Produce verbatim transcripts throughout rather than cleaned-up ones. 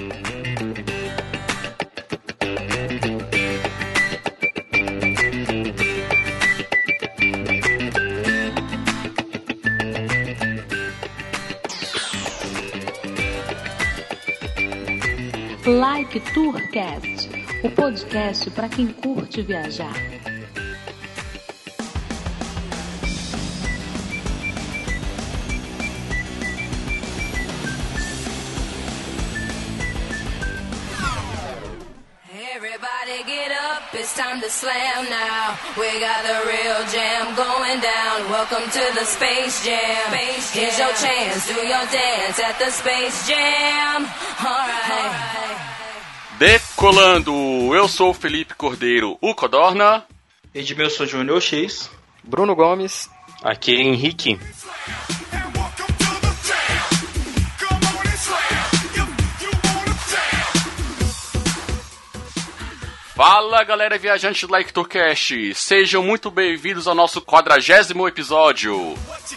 Like Tourcast, o podcast para quem curte viajar. Everybody get up, it's time to slam now. We got the real jam going down. Welcome to the Space Jam. Space Jam. Here's your chance, do your dance at the Space Jam. Alright. Decolando, eu sou o Felipe Cordeiro, o Codorna. Edmilson Júnior X. Bruno Gomes. Aqui é Henrique. Fala galera viajante do Like Tourcast, sejam muito bem-vindos ao nosso quadragésimo episódio.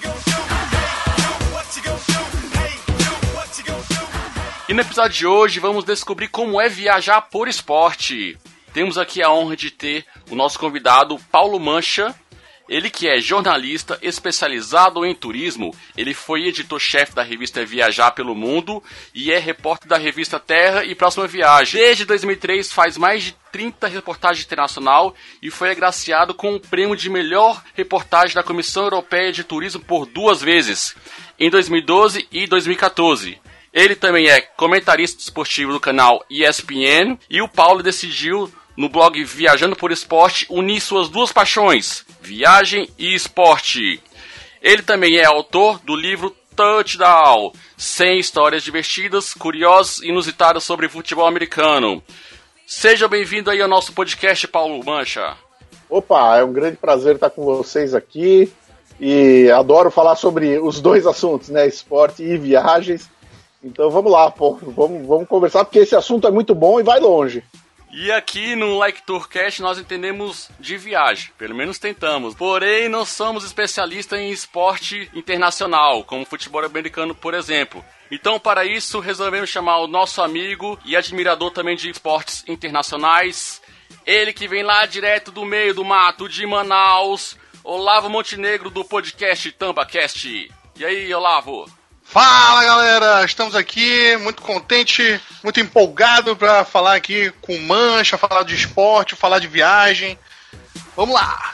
E no episódio de hoje vamos descobrir como é viajar por esporte. Temos aqui a honra de ter o nosso convidado Paulo Mancha. Ele que é jornalista especializado em turismo, ele foi editor-chefe da revista Viajar pelo Mundo e é repórter da revista Terra e Próxima Viagem. Desde dois mil e três faz mais de trinta reportagens internacional e foi agraciado com o prêmio de melhor reportagem da Comissão Europeia de Turismo por duas vezes, em dois mil e doze e dois mil e quatorze. Ele também é comentarista esportivo do canal E S P N e o Paulo decidiu, no blog Viajando por Esporte, unir suas duas paixões, viagem e esporte. Ele também é autor do livro Touchdown, cem histórias divertidas, curiosas e inusitadas sobre futebol americano. Seja bem-vindo aí ao nosso podcast, Paulo Mancha. Opa, é um grande prazer estar com vocês aqui e adoro falar sobre os dois assuntos, né, esporte e viagens. Então vamos lá, pô, vamos, vamos conversar porque esse assunto é muito bom e vai longe. E aqui no Like Tourcast nós entendemos de viagem, pelo menos tentamos. Porém, não somos especialistas em esporte internacional, como futebol americano, por exemplo. Então, para isso, resolvemos chamar o nosso amigo e admirador também de esportes internacionais. Ele que vem lá direto do meio do mato de Manaus, Olavo Montenegro do podcast TambaCast. E aí, Olavo? Fala galera, estamos aqui muito contente, muito empolgado para falar aqui com Mancha, falar de esporte, falar de viagem. Vamos lá!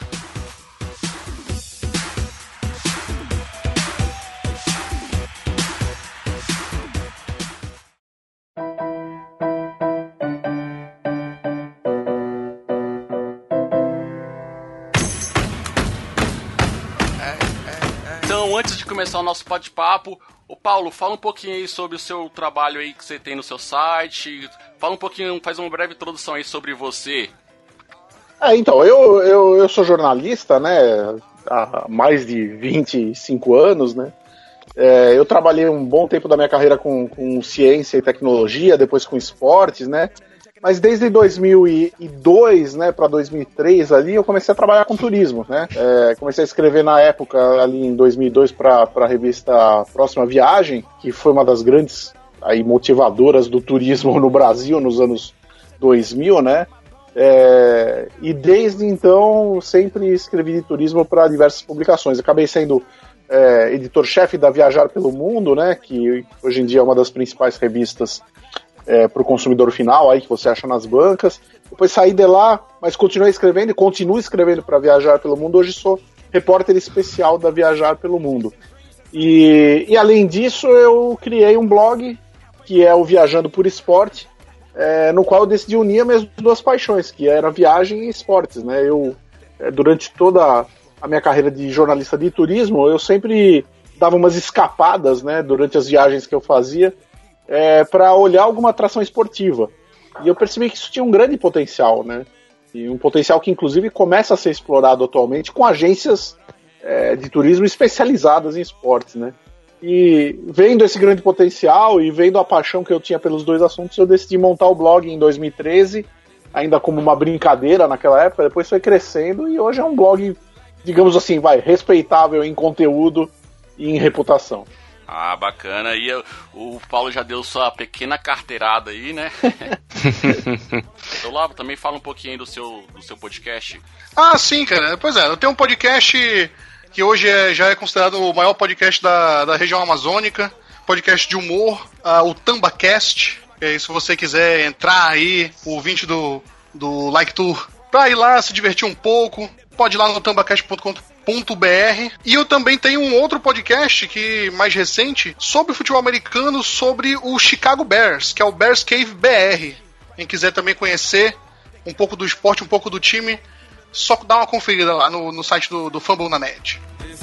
Então, antes de começar o nosso bate-papo, ô Paulo, fala um pouquinho aí sobre o seu trabalho aí que você tem no seu site. Fala um pouquinho, faz uma breve introdução aí sobre você. É, então, eu, eu, eu sou jornalista, né, há mais de vinte e cinco anos, né. É, eu trabalhei um bom tempo da minha carreira com, com ciência e tecnologia, depois com esportes, né. Mas desde dois mil e dois, né, para dois mil e três ali, eu comecei a trabalhar com turismo, né? É, comecei a escrever na época, ali em dois mil e dois, para a revista Próxima Viagem, que foi uma das grandes aí, motivadoras do turismo no Brasil nos anos dois mil, né? É, e desde então, sempre escrevi de turismo para diversas publicações. Acabei sendo é, editor-chefe da Viajar pelo Mundo, né? Que hoje em dia é uma das principais revistas É, para o consumidor final, aí que você acha nas bancas. Depois saí de lá, mas continuei escrevendo e continuo escrevendo para Viajar pelo Mundo. Hoje sou repórter especial da Viajar pelo Mundo. E, e além disso, eu criei um blog, que é o Viajando por Esporte, é, no qual eu decidi unir as minhas duas paixões, que era viagem e esportes, né? Eu, é, durante toda a minha carreira de jornalista de turismo, eu sempre dava umas escapadas, né, durante as viagens que eu fazia, É, para olhar alguma atração esportiva. E eu percebi que isso tinha um grande potencial, né? E um potencial que inclusive começa a ser explorado atualmente com agências é, de turismo especializadas em esportes, né? E vendo esse grande potencial e vendo a paixão que eu tinha pelos dois assuntos, eu decidi montar o blog em dois mil e treze, ainda como uma brincadeira naquela época, depois foi crescendo e hoje é um blog, digamos assim, vai, respeitável em conteúdo e em reputação. Ah, bacana. E o Paulo já deu sua pequena carteirada aí, né? Então, Lavo, também fala um pouquinho do seu, do seu podcast. Ah, sim, cara. Pois é, eu tenho um podcast que hoje é, já é considerado o maior podcast da, da região amazônica, podcast de humor, uh, o TambaCast. E aí, se você quiser entrar aí, o ouvinte do, do Like Tour, pra ir lá se divertir um pouco, pode ir lá no tambacast ponto com ponto b r. E eu também tenho um outro podcast que mais recente sobre futebol americano, sobre o Chicago Bears, que é o Bears Cave B R. Quem quiser também conhecer um pouco do esporte, um pouco do time, só dá uma conferida lá no, no site do, do Fumble na Net.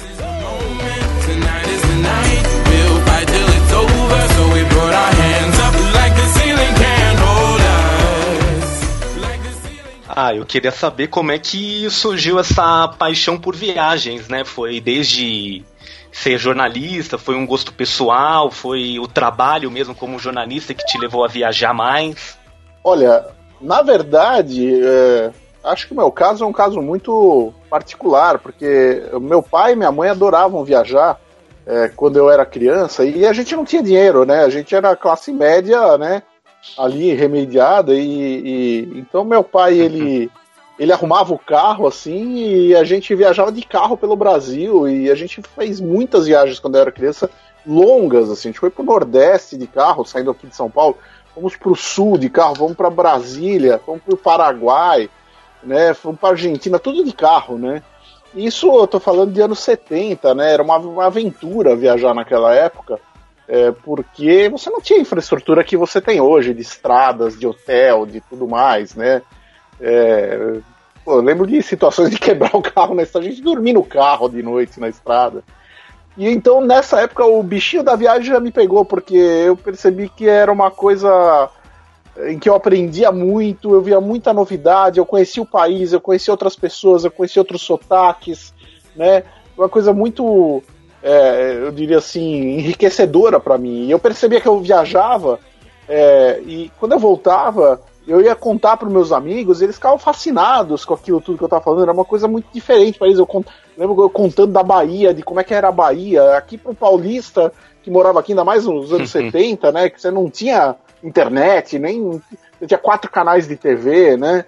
Ah, eu queria saber como é que surgiu essa paixão por viagens, né? Foi desde ser jornalista, foi um gosto pessoal, foi o trabalho mesmo como jornalista que te levou a viajar mais? Olha, na verdade, é, acho que o meu caso é um caso muito particular, porque meu pai e minha mãe adoravam viajar é, quando eu era criança, e a gente não tinha dinheiro, né? A gente era classe média, né? Ali remediada, e, e então meu pai ele, ele arrumava o carro assim e a gente viajava de carro pelo Brasil, e a gente fez muitas viagens quando eu era criança, longas assim. A gente foi pro Nordeste de carro, saindo aqui de São Paulo, fomos pro Sul de carro, fomos para Brasília, fomos pro Paraguai, né, fomos pra Argentina, tudo de carro, né. Isso eu tô falando de anos setenta, né, era uma, uma aventura viajar naquela época. É, porque você não tinha a infraestrutura que você tem hoje, de estradas, de hotel, de tudo mais, né? É, pô, eu lembro de situações de quebrar o carro na estrada, a gente dormir no carro de noite na estrada. E então, nessa época, o bichinho da viagem já me pegou, porque eu percebi que era uma coisa em que eu aprendia muito, eu via muita novidade, eu conheci o país, eu conheci outras pessoas, eu conheci outros sotaques, né? Uma coisa muito... É, eu diria assim, enriquecedora para mim. E eu percebia que eu viajava é, e quando eu voltava, eu ia contar para meus amigos, e eles ficavam fascinados com aquilo tudo que eu estava falando. Era uma coisa muito diferente para eles. Eu cont... lembro eu contando da Bahia, de como é que era a Bahia. Aqui pro paulista, que morava aqui ainda mais nos anos setenta, né, que você não tinha internet, nem tinha quatro canais de T V, né?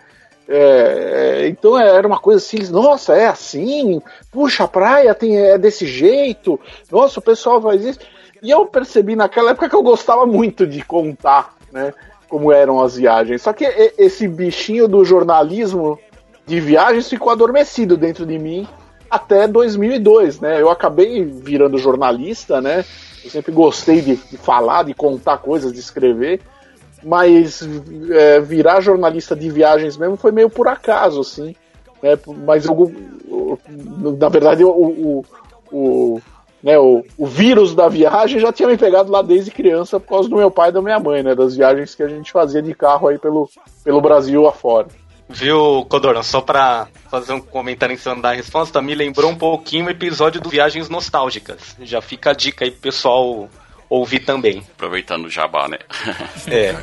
É, então era uma coisa assim, nossa, é assim, puxa, a praia tem, é desse jeito, nossa, o pessoal faz isso. E eu percebi naquela época que eu gostava muito de contar, né, como eram as viagens. Só que esse bichinho do jornalismo de viagens ficou adormecido dentro de mim até dois mil e dois, né? Eu acabei virando jornalista, né? Eu sempre gostei de, de falar, de contar coisas, de escrever. Mas é, virar jornalista de viagens mesmo foi meio por acaso, assim, né? Mas eu, eu, na verdade o, o, o, né, o, o vírus da viagem já tinha me pegado lá desde criança por causa do meu pai e da minha mãe, né? Das viagens que a gente fazia de carro aí pelo, pelo Brasil afora. Viu, Codorão, só pra fazer um comentário em cima da resposta, me lembrou um pouquinho o episódio do Viagens Nostálgicas. Já fica a dica aí pro pessoal ouvir também. Aproveitando o jabá, né? É.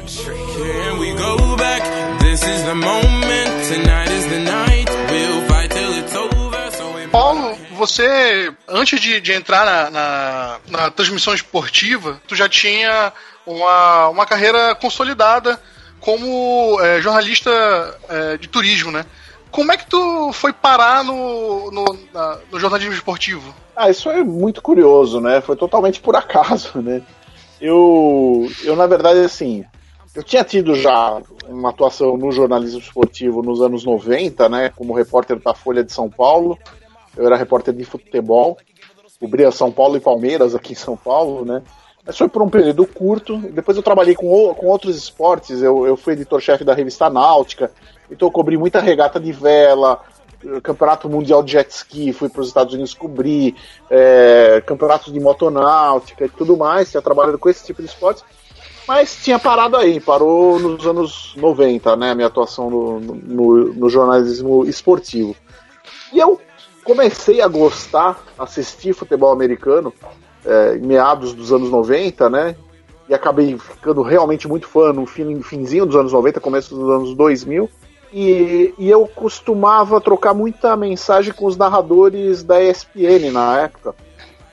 Paulo, você, antes de, de entrar na, na, na transmissão esportiva, tu já tinha uma, uma carreira consolidada como é, jornalista é, de turismo, né? Como é que tu foi parar no, no, na, no jornalismo esportivo? Ah, isso é muito curioso, né? Foi totalmente por acaso, né? Eu, eu na verdade, assim, eu tinha tido já uma atuação no jornalismo esportivo nos anos noventa, né? Como repórter da Folha de São Paulo. Eu era repórter de futebol, cobria São Paulo e Palmeiras aqui em São Paulo, né? Mas foi por um período curto. Depois eu trabalhei com, com outros esportes. Eu, eu fui editor-chefe da revista Náutica, então eu cobri muita regata de vela, campeonato mundial de jet ski, fui para os Estados Unidos cobrir, é, campeonatos de motonáutica e tudo mais. Tinha trabalhado com esse tipo de esportes, mas tinha parado aí, parou nos anos noventa, né, a minha atuação no, no, no jornalismo esportivo. E eu comecei a gostar, assistir futebol americano é, em meados dos anos noventa, né, e acabei ficando realmente muito fã no fim, finzinho dos anos noventa, começo dos anos dois mil. E, e eu costumava trocar muita mensagem com os narradores da E S P N na época.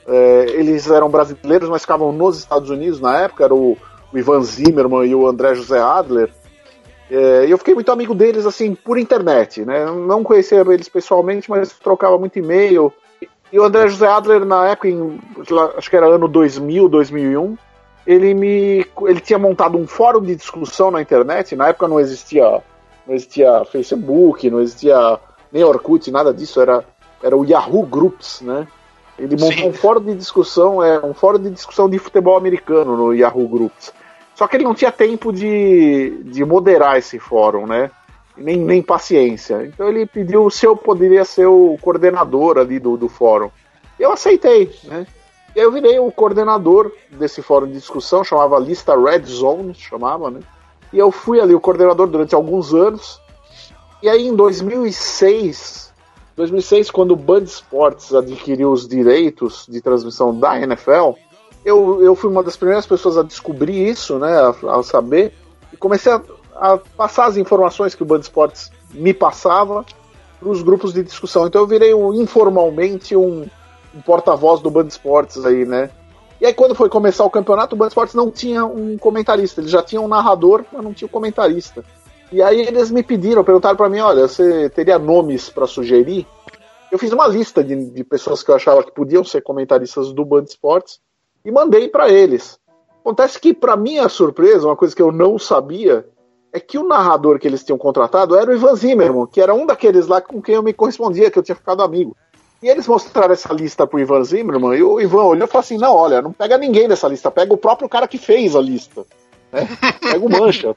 É, eles eram brasileiros, mas ficavam nos Estados Unidos na época, era o, o Ivan Zimmerman e o André José Adler. É, eu fiquei muito amigo deles, assim, por internet, né? Não conhecia eles pessoalmente, mas trocava muito e-mail. E o André José Adler, na época, em, acho que era ano dois mil, dois mil e um, ele, me, ele tinha montado um fórum de discussão na internet. Na época não existia, não existia Facebook, não existia nem Orkut, nada disso, era, era o Yahoo Groups, né? Ele montou Sim. um fórum de discussão, é, um fórum de discussão de futebol americano no Yahoo Groups. Só que ele não tinha tempo de, de moderar esse fórum, né? Nem, nem paciência. Então ele pediu se eu poderia ser o coordenador ali do, do fórum. Eu aceitei, né? E aí eu virei o coordenador desse fórum de discussão, chamava Lista Red Zone, chamava, né? E eu fui ali o coordenador durante alguns anos. E aí em dois mil e seis, dois mil e seis, quando o Band Sports adquiriu os direitos de transmissão da N F L, eu, eu fui uma das primeiras pessoas a descobrir isso, né, a, a saber, e comecei a, a passar as informações que o Band Sports me passava para os grupos de discussão. Então eu virei um, informalmente um, um porta-voz do Band Sports aí, né. E aí quando foi começar o campeonato, o Band Sports não tinha um comentarista, eles já tinham um narrador, mas não tinha um comentarista. E aí eles me pediram, perguntaram para mim, olha, você teria nomes para sugerir? Eu fiz uma lista de, de pessoas que eu achava que podiam ser comentaristas do Band Sports e mandei para eles. Acontece que, para minha surpresa, uma coisa que eu não sabia, é que o narrador que eles tinham contratado era o Ivan Zimmerman, que era um daqueles lá com quem eu me correspondia, que eu tinha ficado amigo. E eles mostraram essa lista pro Ivan Zimmerman, e o Ivan olhou e falou assim, não, olha, não pega ninguém dessa lista, pega o próprio cara que fez a lista. Né? Pega o Mancha.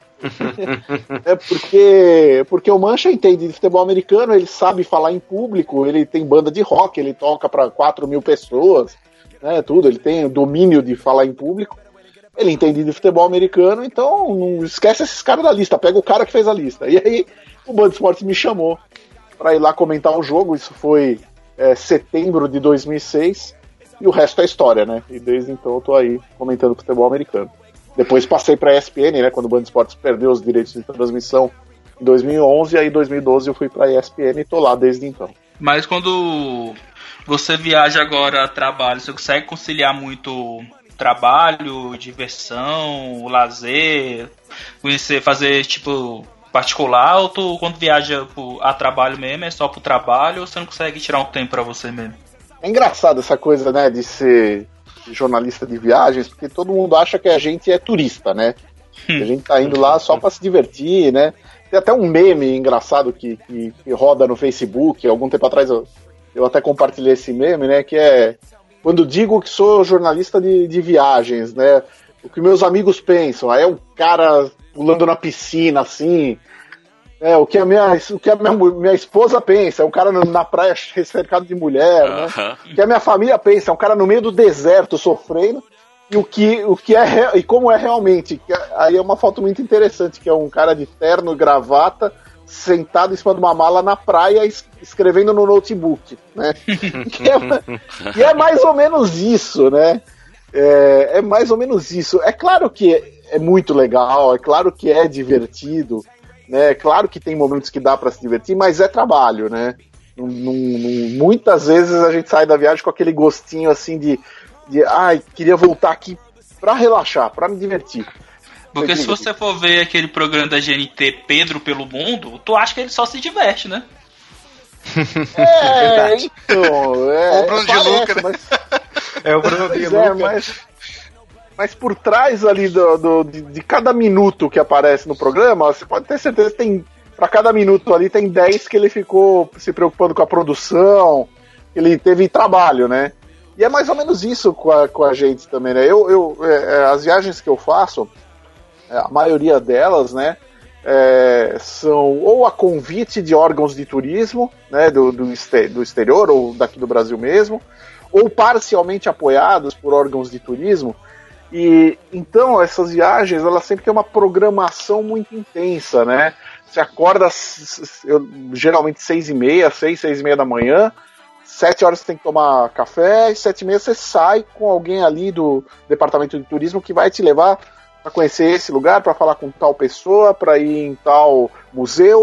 É porque, porque o Mancha entende de futebol americano, ele sabe falar em público, ele tem banda de rock, ele toca para quatro mil pessoas, né, tudo, ele tem domínio de falar em público, ele entende de futebol americano, então não esquece esses caras da lista, pega o cara que fez a lista. E aí o Band Sports me chamou para ir lá comentar o jogo, isso foi é, setembro de dois mil e seis, e o resto é história, né? E desde então eu tô aí comentando futebol americano. Depois passei para a E S P N, né, quando o Band Sports perdeu os direitos de transmissão em dois mil e onze, e aí em dois mil e doze eu fui para a E S P N e tô lá desde então. Mas quando você viaja agora a trabalho, você consegue conciliar muito trabalho, diversão, lazer, conhecer, fazer tipo particular, ou tu quando viaja a trabalho mesmo é só pro trabalho, ou você não consegue tirar um tempo para você mesmo? É engraçado essa coisa, né, de ser jornalista de viagens, porque todo mundo acha que a gente é turista, né? Que a gente tá indo lá só para se divertir, né? Tem até um meme engraçado que, que, que roda no Facebook. Algum tempo atrás eu, eu até compartilhei esse meme, né? Que é quando digo que sou jornalista de, de viagens, né? O que meus amigos pensam. Aí é um cara pulando na piscina, assim. É, o que a minha, o que a minha, minha esposa pensa, é um cara na praia cercado de mulher, né? Uh-huh. O que a minha família pensa, é um cara no meio do deserto sofrendo. E o que, o que é e como é realmente, que aí é uma foto muito interessante, que é um cara de terno e gravata sentado em cima de uma mala na praia es, escrevendo no notebook, né? que é, e é mais ou menos isso, né? É, é mais ou menos isso. É claro que é, é muito legal, é claro que é divertido, né? É claro que tem momentos que dá para se divertir, mas é trabalho, né? Num, num, muitas vezes a gente sai da viagem com aquele gostinho assim de de, ai, queria voltar aqui pra relaxar, pra me divertir. Porque se você for ver aquele programa da G N T, Pedro pelo Mundo, tu acha que ele só se diverte, né? É, então... É, o Bruno de Luca, né? Mas, é o Bruno de é, Luca. Mas, mas por trás ali do, do, de, de cada minuto que aparece no programa, você pode ter certeza que tem, pra cada minuto ali tem dez que ele ficou se preocupando com a produção, que ele teve trabalho, né? E é mais ou menos isso com a, com a gente também, né? Eu, eu, é, as viagens que eu faço, a maioria delas, né, é, são ou a convite de órgãos de turismo, né, do, do, do exterior ou daqui do Brasil mesmo, ou parcialmente apoiados por órgãos de turismo. E então essas viagens, elas sempre têm uma programação muito intensa, né? Você acorda eu, geralmente seis e meia, seis, seis e meia da manhã. Sete horas você tem que tomar café, e sete e meia você sai com alguém ali do departamento de turismo que vai te levar para conhecer esse lugar, para falar com tal pessoa, para ir em tal museu,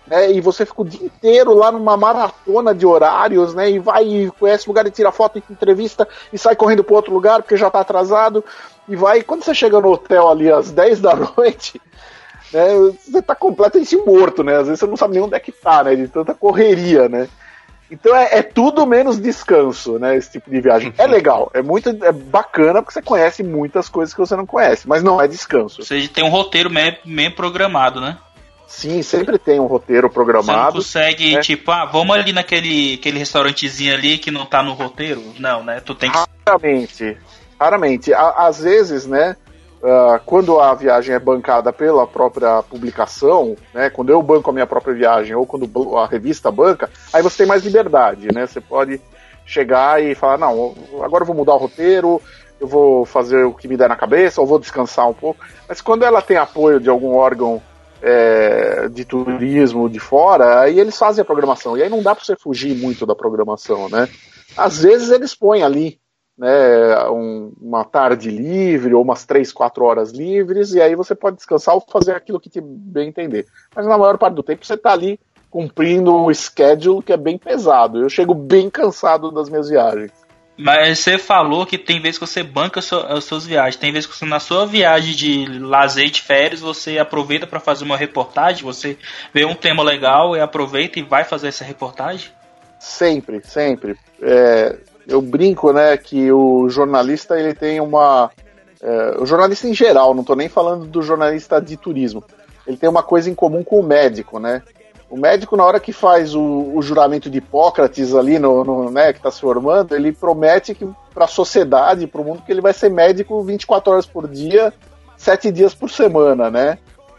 né, e você fica o dia inteiro lá numa maratona de horários, né, e vai e conhece lugar e tira foto e entrevista e sai correndo para outro lugar porque já está atrasado, e vai, e quando você chega no hotel ali às dez da noite, né, você está completamente morto, né, às vezes você não sabe nem onde é que tá, né, de tanta correria, né. Então é, é tudo menos descanso, né, esse tipo de viagem. É legal, é muito é bacana porque você conhece muitas coisas que você não conhece, mas não é descanso. Ou seja, tem um roteiro meio, meio programado, né? Sim, sempre tem um roteiro programado. Você não consegue, né? Tipo, ah, vamos ali naquele aquele restaurantezinho ali que não tá no roteiro? Não, né? Tu tem que... Raramente, raramente. Às vezes, né, uh, quando a viagem é bancada pela própria publicação, né, quando eu banco a minha própria viagem ou quando a revista banca, aí você tem mais liberdade, né? Você pode chegar e falar, não, agora eu vou mudar o roteiro, eu vou fazer o que me der na cabeça, ou vou descansar um pouco. Mas quando ela tem apoio de algum órgão É, de turismo de fora, aí eles fazem a programação, e aí não dá para você fugir muito da programação, né? Às vezes eles põem ali, né, um, uma tarde livre, ou umas três, quatro horas livres, e aí você pode descansar ou fazer aquilo que te bem entender. Mas na maior parte do tempo você está ali cumprindo um schedule que é bem pesado. Eu chego bem cansado das minhas viagens. Mas você falou que tem vezes que você banca as suas viagens, tem vezes que você, na sua viagem de lazer, de férias, você aproveita para fazer uma reportagem, você vê um tema legal e aproveita e vai fazer essa reportagem? Sempre, sempre. É, eu brinco, né, que o jornalista, ele tem uma... É, o jornalista em geral, não estou nem falando do jornalista de turismo, ele tem uma coisa em comum com o médico, né? O médico, na hora que faz o, o juramento de Hipócrates ali, no, no, né, que está se formando, ele promete que para a sociedade, para o mundo, que ele vai ser médico vinte e quatro horas por dia, sete dias por semana, né?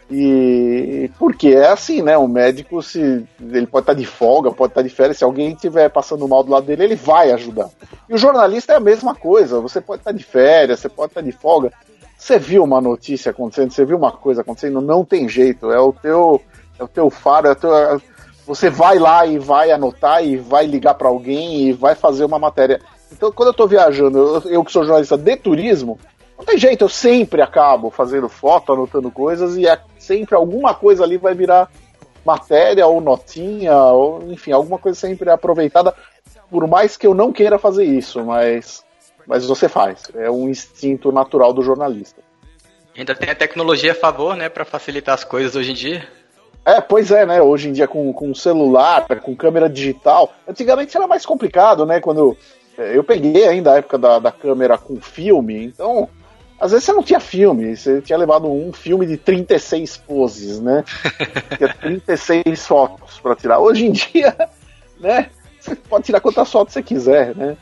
E porque é assim, né? O médico, se ele pode estar de folga, pode estar de férias, se alguém estiver passando mal do lado dele, ele vai ajudar. E o jornalista é a mesma coisa, você pode estar de férias, você pode estar de folga, você viu uma notícia acontecendo, você viu uma coisa acontecendo, não tem jeito, é o teu... É o teu faro, é o teu, é, você vai lá e vai anotar e vai ligar para alguém e vai fazer uma matéria. Então, quando eu tô viajando, eu, eu que sou jornalista de turismo, não tem jeito, eu sempre acabo fazendo foto, anotando coisas e é, sempre alguma coisa ali vai virar matéria ou notinha, ou enfim, alguma coisa sempre aproveitada, por mais que eu não queira fazer isso, mas, mas você faz. É um instinto natural do jornalista. Ainda tem a tecnologia a favor, né, para facilitar as coisas hoje em dia. É, pois é, né? Hoje em dia com, com celular, com câmera digital. Antigamente era mais complicado, né? Quando eu peguei ainda a época da, da câmera com filme, então às vezes você não tinha filme, você tinha levado um filme de trinta e seis poses, né? Tinha trinta e seis fotos para tirar. Hoje em dia, né? Você pode tirar quantas fotos você quiser, né?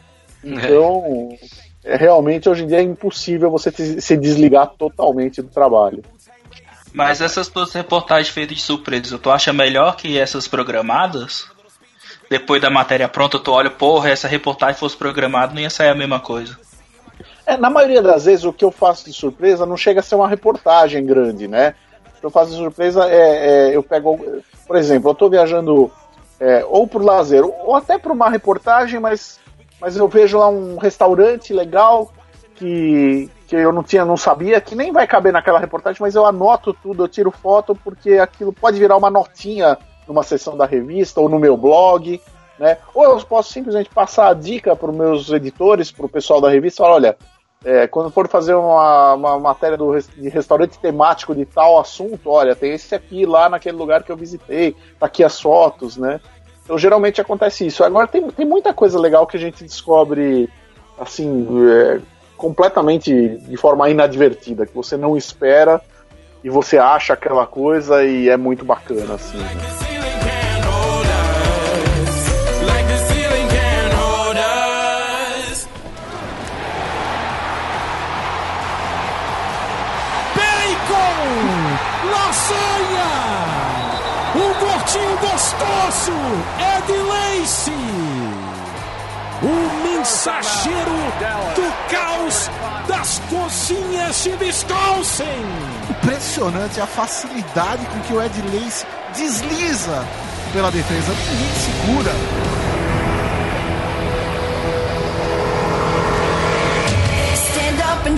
Então, é, realmente hoje em dia é impossível você te, se desligar totalmente do trabalho. Mas essas tuas reportagens feitas de surpresa, tu acha melhor que essas programadas? Depois da matéria pronta, tu olha, porra, essa reportagem fosse programada, não ia sair a mesma coisa. É, na maioria das vezes, o que eu faço de surpresa não chega a ser uma reportagem grande, né? O que eu faço de surpresa é, é eu pego, por exemplo, eu tô viajando é, ou por lazer, ou até por uma reportagem, mas, mas eu vejo lá um restaurante legal que... que eu não tinha, não sabia, que nem vai caber naquela reportagem, mas eu anoto tudo, eu tiro foto, porque aquilo pode virar uma notinha numa seção da revista ou no meu blog, né? Ou eu posso simplesmente passar a dica para os meus editores, para o pessoal da revista, falar, olha, é, quando for fazer uma, uma matéria do, de restaurante temático de tal assunto, olha, tem esse aqui lá naquele lugar que eu visitei, tá aqui as fotos, né? Então geralmente acontece isso. Agora tem, tem muita coisa legal que a gente descobre, assim, é, completamente de forma inadvertida, que você não espera e você acha aquela coisa e é muito bacana, assim. Bacon! Lasanha! Um gordinho gostoso! Ed Lacy! O mensageiro do caos das cozinhas de Wisconsin. Impressionante a facilidade com que o Ed Lacy desliza pela defesa. Ninguém segura. Stand up and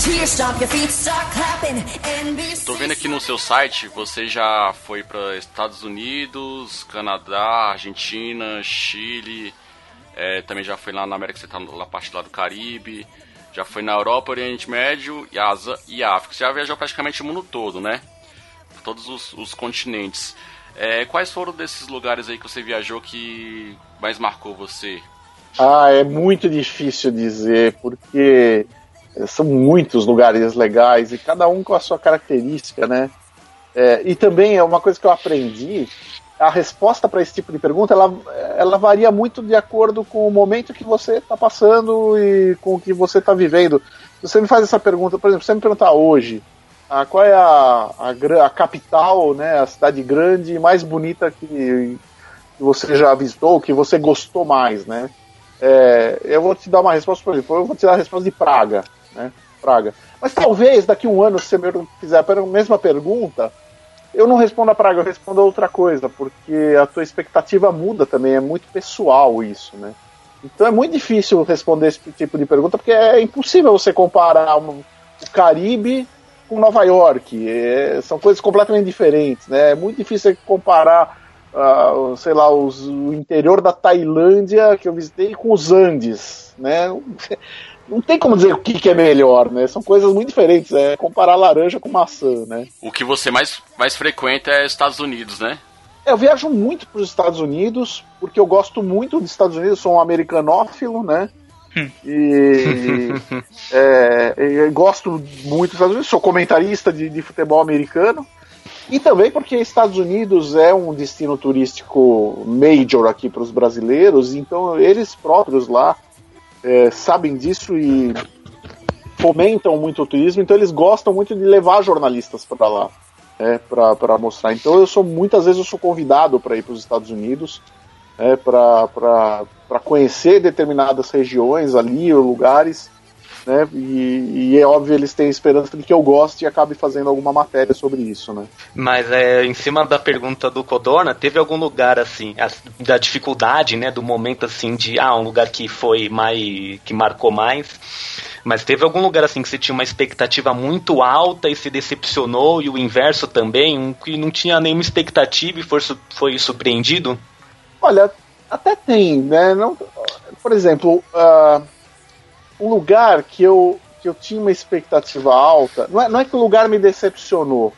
Tô vendo aqui no seu site, você já foi para Estados Unidos, Canadá, Argentina, Chile, é, também já foi lá na América, você tá na parte lá do Caribe, já foi na Europa, Oriente Médio e Ásia e África. Você já viajou praticamente o mundo todo, né? Todos os, os continentes. É, quais foram desses lugares aí que você viajou que mais marcou você? Ah, é muito difícil dizer, porque são muitos lugares legais e cada um com a sua característica, né? É, e também é uma coisa que eu aprendi, a resposta para esse tipo de pergunta, ela, ela varia muito de acordo com o momento que você está passando e com o que você está vivendo. Se você me faz essa pergunta, por exemplo, se você me perguntar hoje, ah, qual é a, a, a capital, né, a cidade grande mais bonita que, que você já visitou, que você gostou mais, né? É, eu vou te dar uma resposta, por exemplo, eu vou te dar a resposta de Praga, né? Praga. Mas talvez daqui a um ano, se você me fizer a mesma pergunta, eu não respondo a Praga, eu respondo a outra coisa, porque a tua expectativa muda também, é muito pessoal isso, né? Então é muito difícil responder esse tipo de pergunta, porque é impossível você comparar o Caribe com Nova York, é, são coisas completamente diferentes, né? É muito difícil você comparar Uh, sei lá, os, o interior da Tailândia que eu visitei com os Andes, né? Não tem como dizer o que, que é melhor, né? São coisas muito diferentes, é comparar laranja com maçã, né? O que você mais, mais frequenta é Estados Unidos, né? Eu viajo muito para os Estados Unidos, porque eu gosto muito dos Estados Unidos, sou um americanófilo, né? E é, eu gosto muito dos Estados Unidos, sou comentarista de, de futebol americano. E também porque Estados Unidos é um destino turístico major aqui para os brasileiros, então eles próprios lá é, sabem disso e fomentam muito o turismo, então eles gostam muito de levar jornalistas para lá, é, para mostrar. Então eu sou muitas vezes eu sou convidado para ir para os Estados Unidos, é, para conhecer determinadas regiões ali, ou lugares, né? E, e é óbvio, eles têm esperança de que eu goste e acabe fazendo alguma matéria sobre isso, né? Mas é, em cima da pergunta do Codorna, teve algum lugar assim, a, da dificuldade, né, do momento assim de, ah, um lugar que foi mais, que marcou mais, mas teve algum lugar assim que você tinha uma expectativa muito alta e se decepcionou, e o inverso também, um que não tinha nenhuma expectativa e foi, foi surpreendido? Olha, até tem, né? Não, por exemplo, uh, um lugar que eu, que eu tinha uma expectativa alta, não é, não é que o lugar me decepcionou.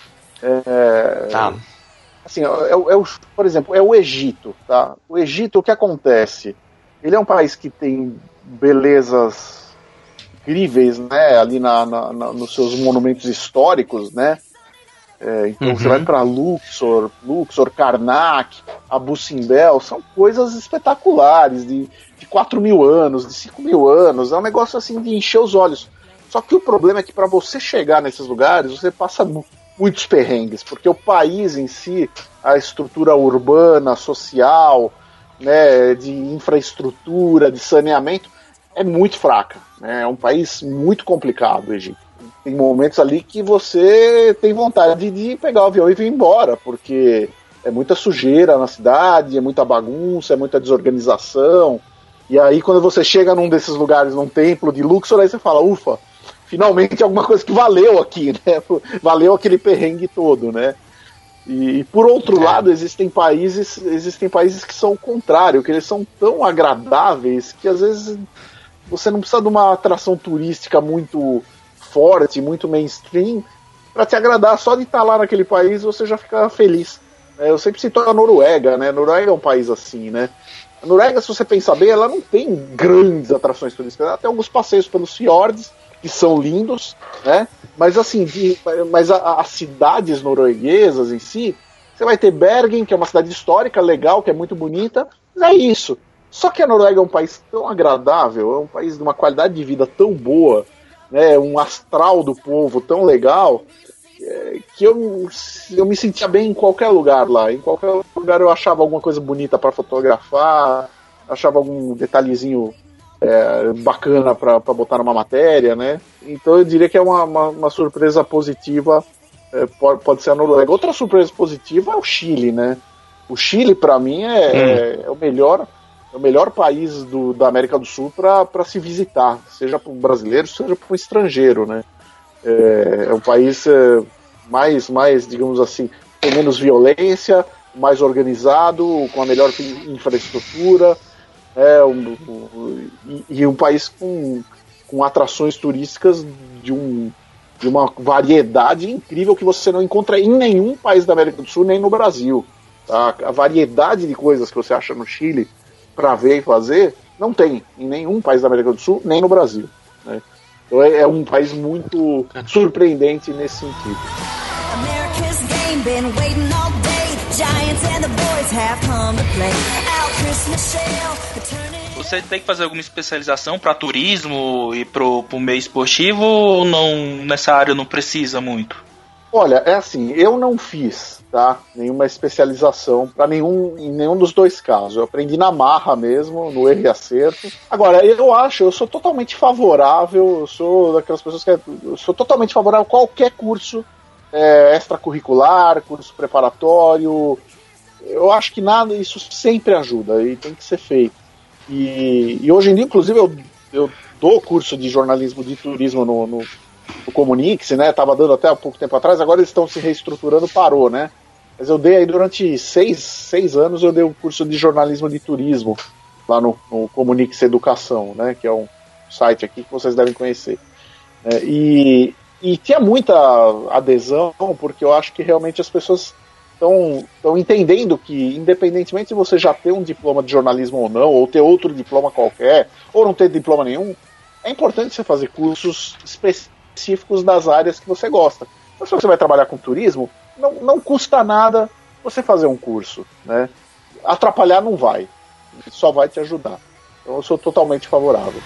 É, tá. Assim, é, é, é o, por exemplo, é o Egito, tá? O Egito, o que acontece? Ele é um país que tem belezas incríveis, né? Ali na, na, na, nos seus monumentos históricos, né? É, então uhum. Você vai para Luxor, Luxor, Karnak, Abu Simbel, são coisas espetaculares, de, de quatro mil anos, de cinco mil anos, é um negócio assim de encher os olhos. Só que o problema é que para você chegar nesses lugares, você passa muitos perrengues, porque o país em si, a estrutura urbana, social, né, de infraestrutura, de saneamento, é muito fraca, né? É um país muito complicado, o Egito. Tem momentos ali que você tem vontade de pegar o avião e vir embora, porque é muita sujeira na cidade, é muita bagunça, é muita desorganização. E aí quando você chega num desses lugares, num templo de Luxor, aí você fala, ufa, finalmente alguma coisa que valeu aqui, né? Valeu aquele perrengue todo, né? E por outro é. lado, existem países, existem países que são o contrário, que eles são tão agradáveis que às vezes você não precisa de uma atração turística muito forte, muito mainstream, para te agradar. Só de estar lá naquele país você já fica feliz. É, eu sempre cito a Noruega, né? A Noruega é um país assim, né? A Noruega, se você pensar bem, ela não tem grandes atrações turísticas. Ela tem alguns passeios pelos fiordes, que são lindos, né? Mas assim, de, mas a, as cidades norueguesas em si, você vai ter Bergen, que é uma cidade histórica, legal, que é muito bonita, mas é isso. Só que a Noruega é um país tão agradável, é um país de uma qualidade de vida tão boa, né, um astral do povo tão legal, é, que eu, eu me sentia bem em qualquer lugar lá. Em qualquer lugar eu achava alguma coisa bonita para fotografar, achava algum detalhezinho é, bacana para botar numa matéria, né? Então eu diria que é uma, uma, uma surpresa positiva, é, pode, pode ser a Noruega. Outra surpresa positiva é o Chile, né? O Chile, para mim, é, hum. é, é o melhor... é o melhor país do, da América do Sul para se visitar, seja para um brasileiro, seja para um estrangeiro, né? É, é um país é, mais, mais, digamos assim, com menos violência, mais organizado, com a melhor infraestrutura, é, um, um, e, e um país com, com atrações turísticas de, um, de uma variedade incrível que você não encontra em nenhum país da América do Sul, nem no Brasil. Tá? A variedade de coisas que você acha no Chile para ver e fazer, não tem em nenhum país da América do Sul, nem no Brasil. Né? Então é, é um país muito surpreendente nesse sentido. America's game been waiting all day. Giants and the boys have come to play. Al Chris Michelle. Você tem que fazer alguma especialização para turismo e pro, pro meio esportivo ou não, nessa área não precisa muito? Olha, é assim, eu não fiz, tá, nenhuma especialização para nenhum, em nenhum dos dois casos. Eu aprendi na marra mesmo, no erro e acerto. Agora, eu acho, eu sou totalmente favorável, eu sou daquelas pessoas que eu sou totalmente favorável a qualquer curso é, extracurricular, curso preparatório. Eu acho que nada, isso sempre ajuda e tem que ser feito. E, e hoje em dia, inclusive, eu, eu dou curso de jornalismo de turismo no, no o Comunix, né, tava dando até há pouco tempo atrás, agora eles estão se reestruturando, parou, né, mas eu dei aí durante seis, seis anos, eu dei um curso de jornalismo de turismo, lá no, no Comunix Educação, né, que é um site aqui que vocês devem conhecer, é, e, e tinha muita adesão, porque eu acho que realmente as pessoas estão entendendo que, independentemente de você já ter um diploma de jornalismo ou não, ou ter outro diploma qualquer, ou não ter diploma nenhum, é importante você fazer cursos específicos específicos das áreas que você gosta. Então, se você vai trabalhar com turismo, não, não custa nada você fazer um curso, né? Atrapalhar não vai, só vai te ajudar. Então eu sou totalmente favorável.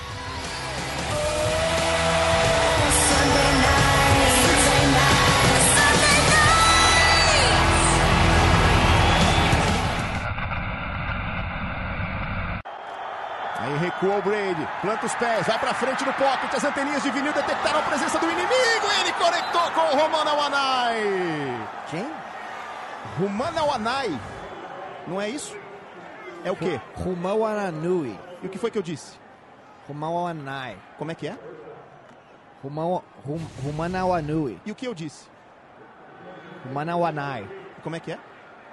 Recua o Brady, planta os pés, vai pra frente no pocket, as anteninhas de vinil detectaram a presença do inimigo e ele conectou com o Roman Awanai. Quem? Roman Awanai. Não é isso? É o quê? Roman Awanui. E o que foi que eu disse? Roman Awanai. Como é que é? Roman Awanui. E o que eu disse? Roman Awanai. Como é que é?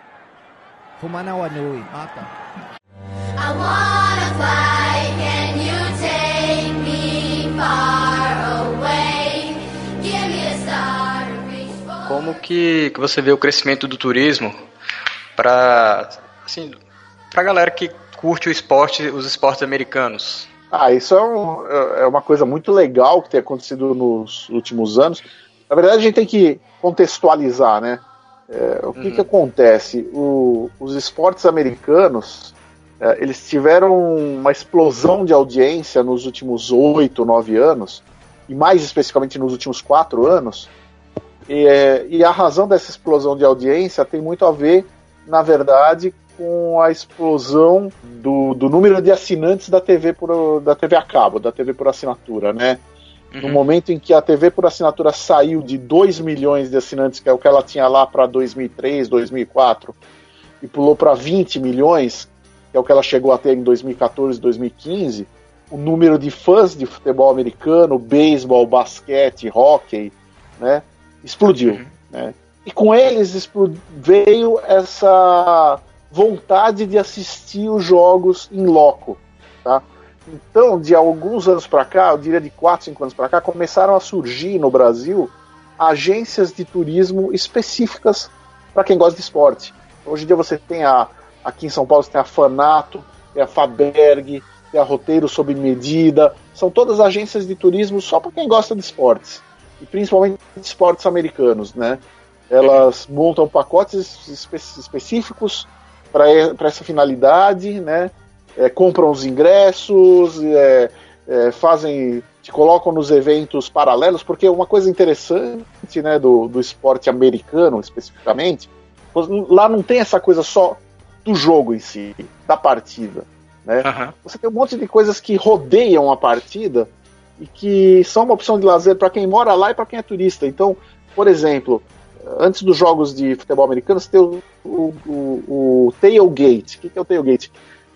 Roman Awanui. Ah, tá. I wanna fly, can you take me far away? Give me a star to reach for. Como que, que você vê o crescimento do turismo para assim, pra galera que curte o esporte, os esportes americanos? Ah, isso é, um, é uma coisa muito legal que tem acontecido nos últimos anos. Na verdade, a gente tem que contextualizar, né? É, o que, uhum. que acontece? O, os esportes americanos, é, eles tiveram uma explosão de audiência nos últimos oito, nove anos, e mais especificamente nos últimos quatro anos, e, é, e a razão dessa explosão de audiência tem muito a ver, na verdade, com a explosão do, do número de assinantes da T V, por, da T V a cabo, da T V por assinatura, né? Uhum. No momento em que a T V por assinatura saiu de dois milhões de assinantes, que é o que ela tinha lá para dois mil e três, dois mil e quatro, e pulou para vinte milhões, que é o que ela chegou a ter em dois mil e quatorze, dois mil e quinze, o número de fãs de futebol americano, beisebol, basquete, hóquei, né, explodiu. Uhum. Né? E com eles explodiu, veio essa vontade de assistir os jogos em loco, tá? Então, de alguns anos para cá, eu diria de quatro, cinco anos para cá, começaram a surgir no Brasil agências de turismo específicas para quem gosta de esporte. Hoje em dia você tem a, aqui em São Paulo você tem a Fanato, tem a Faberg, tem a Roteiro Sob Medida, são todas agências de turismo só para quem gosta de esportes, e principalmente de esportes americanos, né? Elas montam pacotes espe- específicos para essa finalidade, né? É, compram os ingressos, é, é, fazem, te colocam nos eventos paralelos, porque uma coisa interessante, né, do, do esporte americano especificamente, lá não tem essa coisa só do jogo em si, da partida, né? Uhum. Você tem um monte de coisas que rodeiam a partida e que são uma opção de lazer para quem mora lá e para quem é turista. Então, por exemplo, antes dos jogos de futebol americano, você tem o, o, o, o tailgate. O que é o tailgate?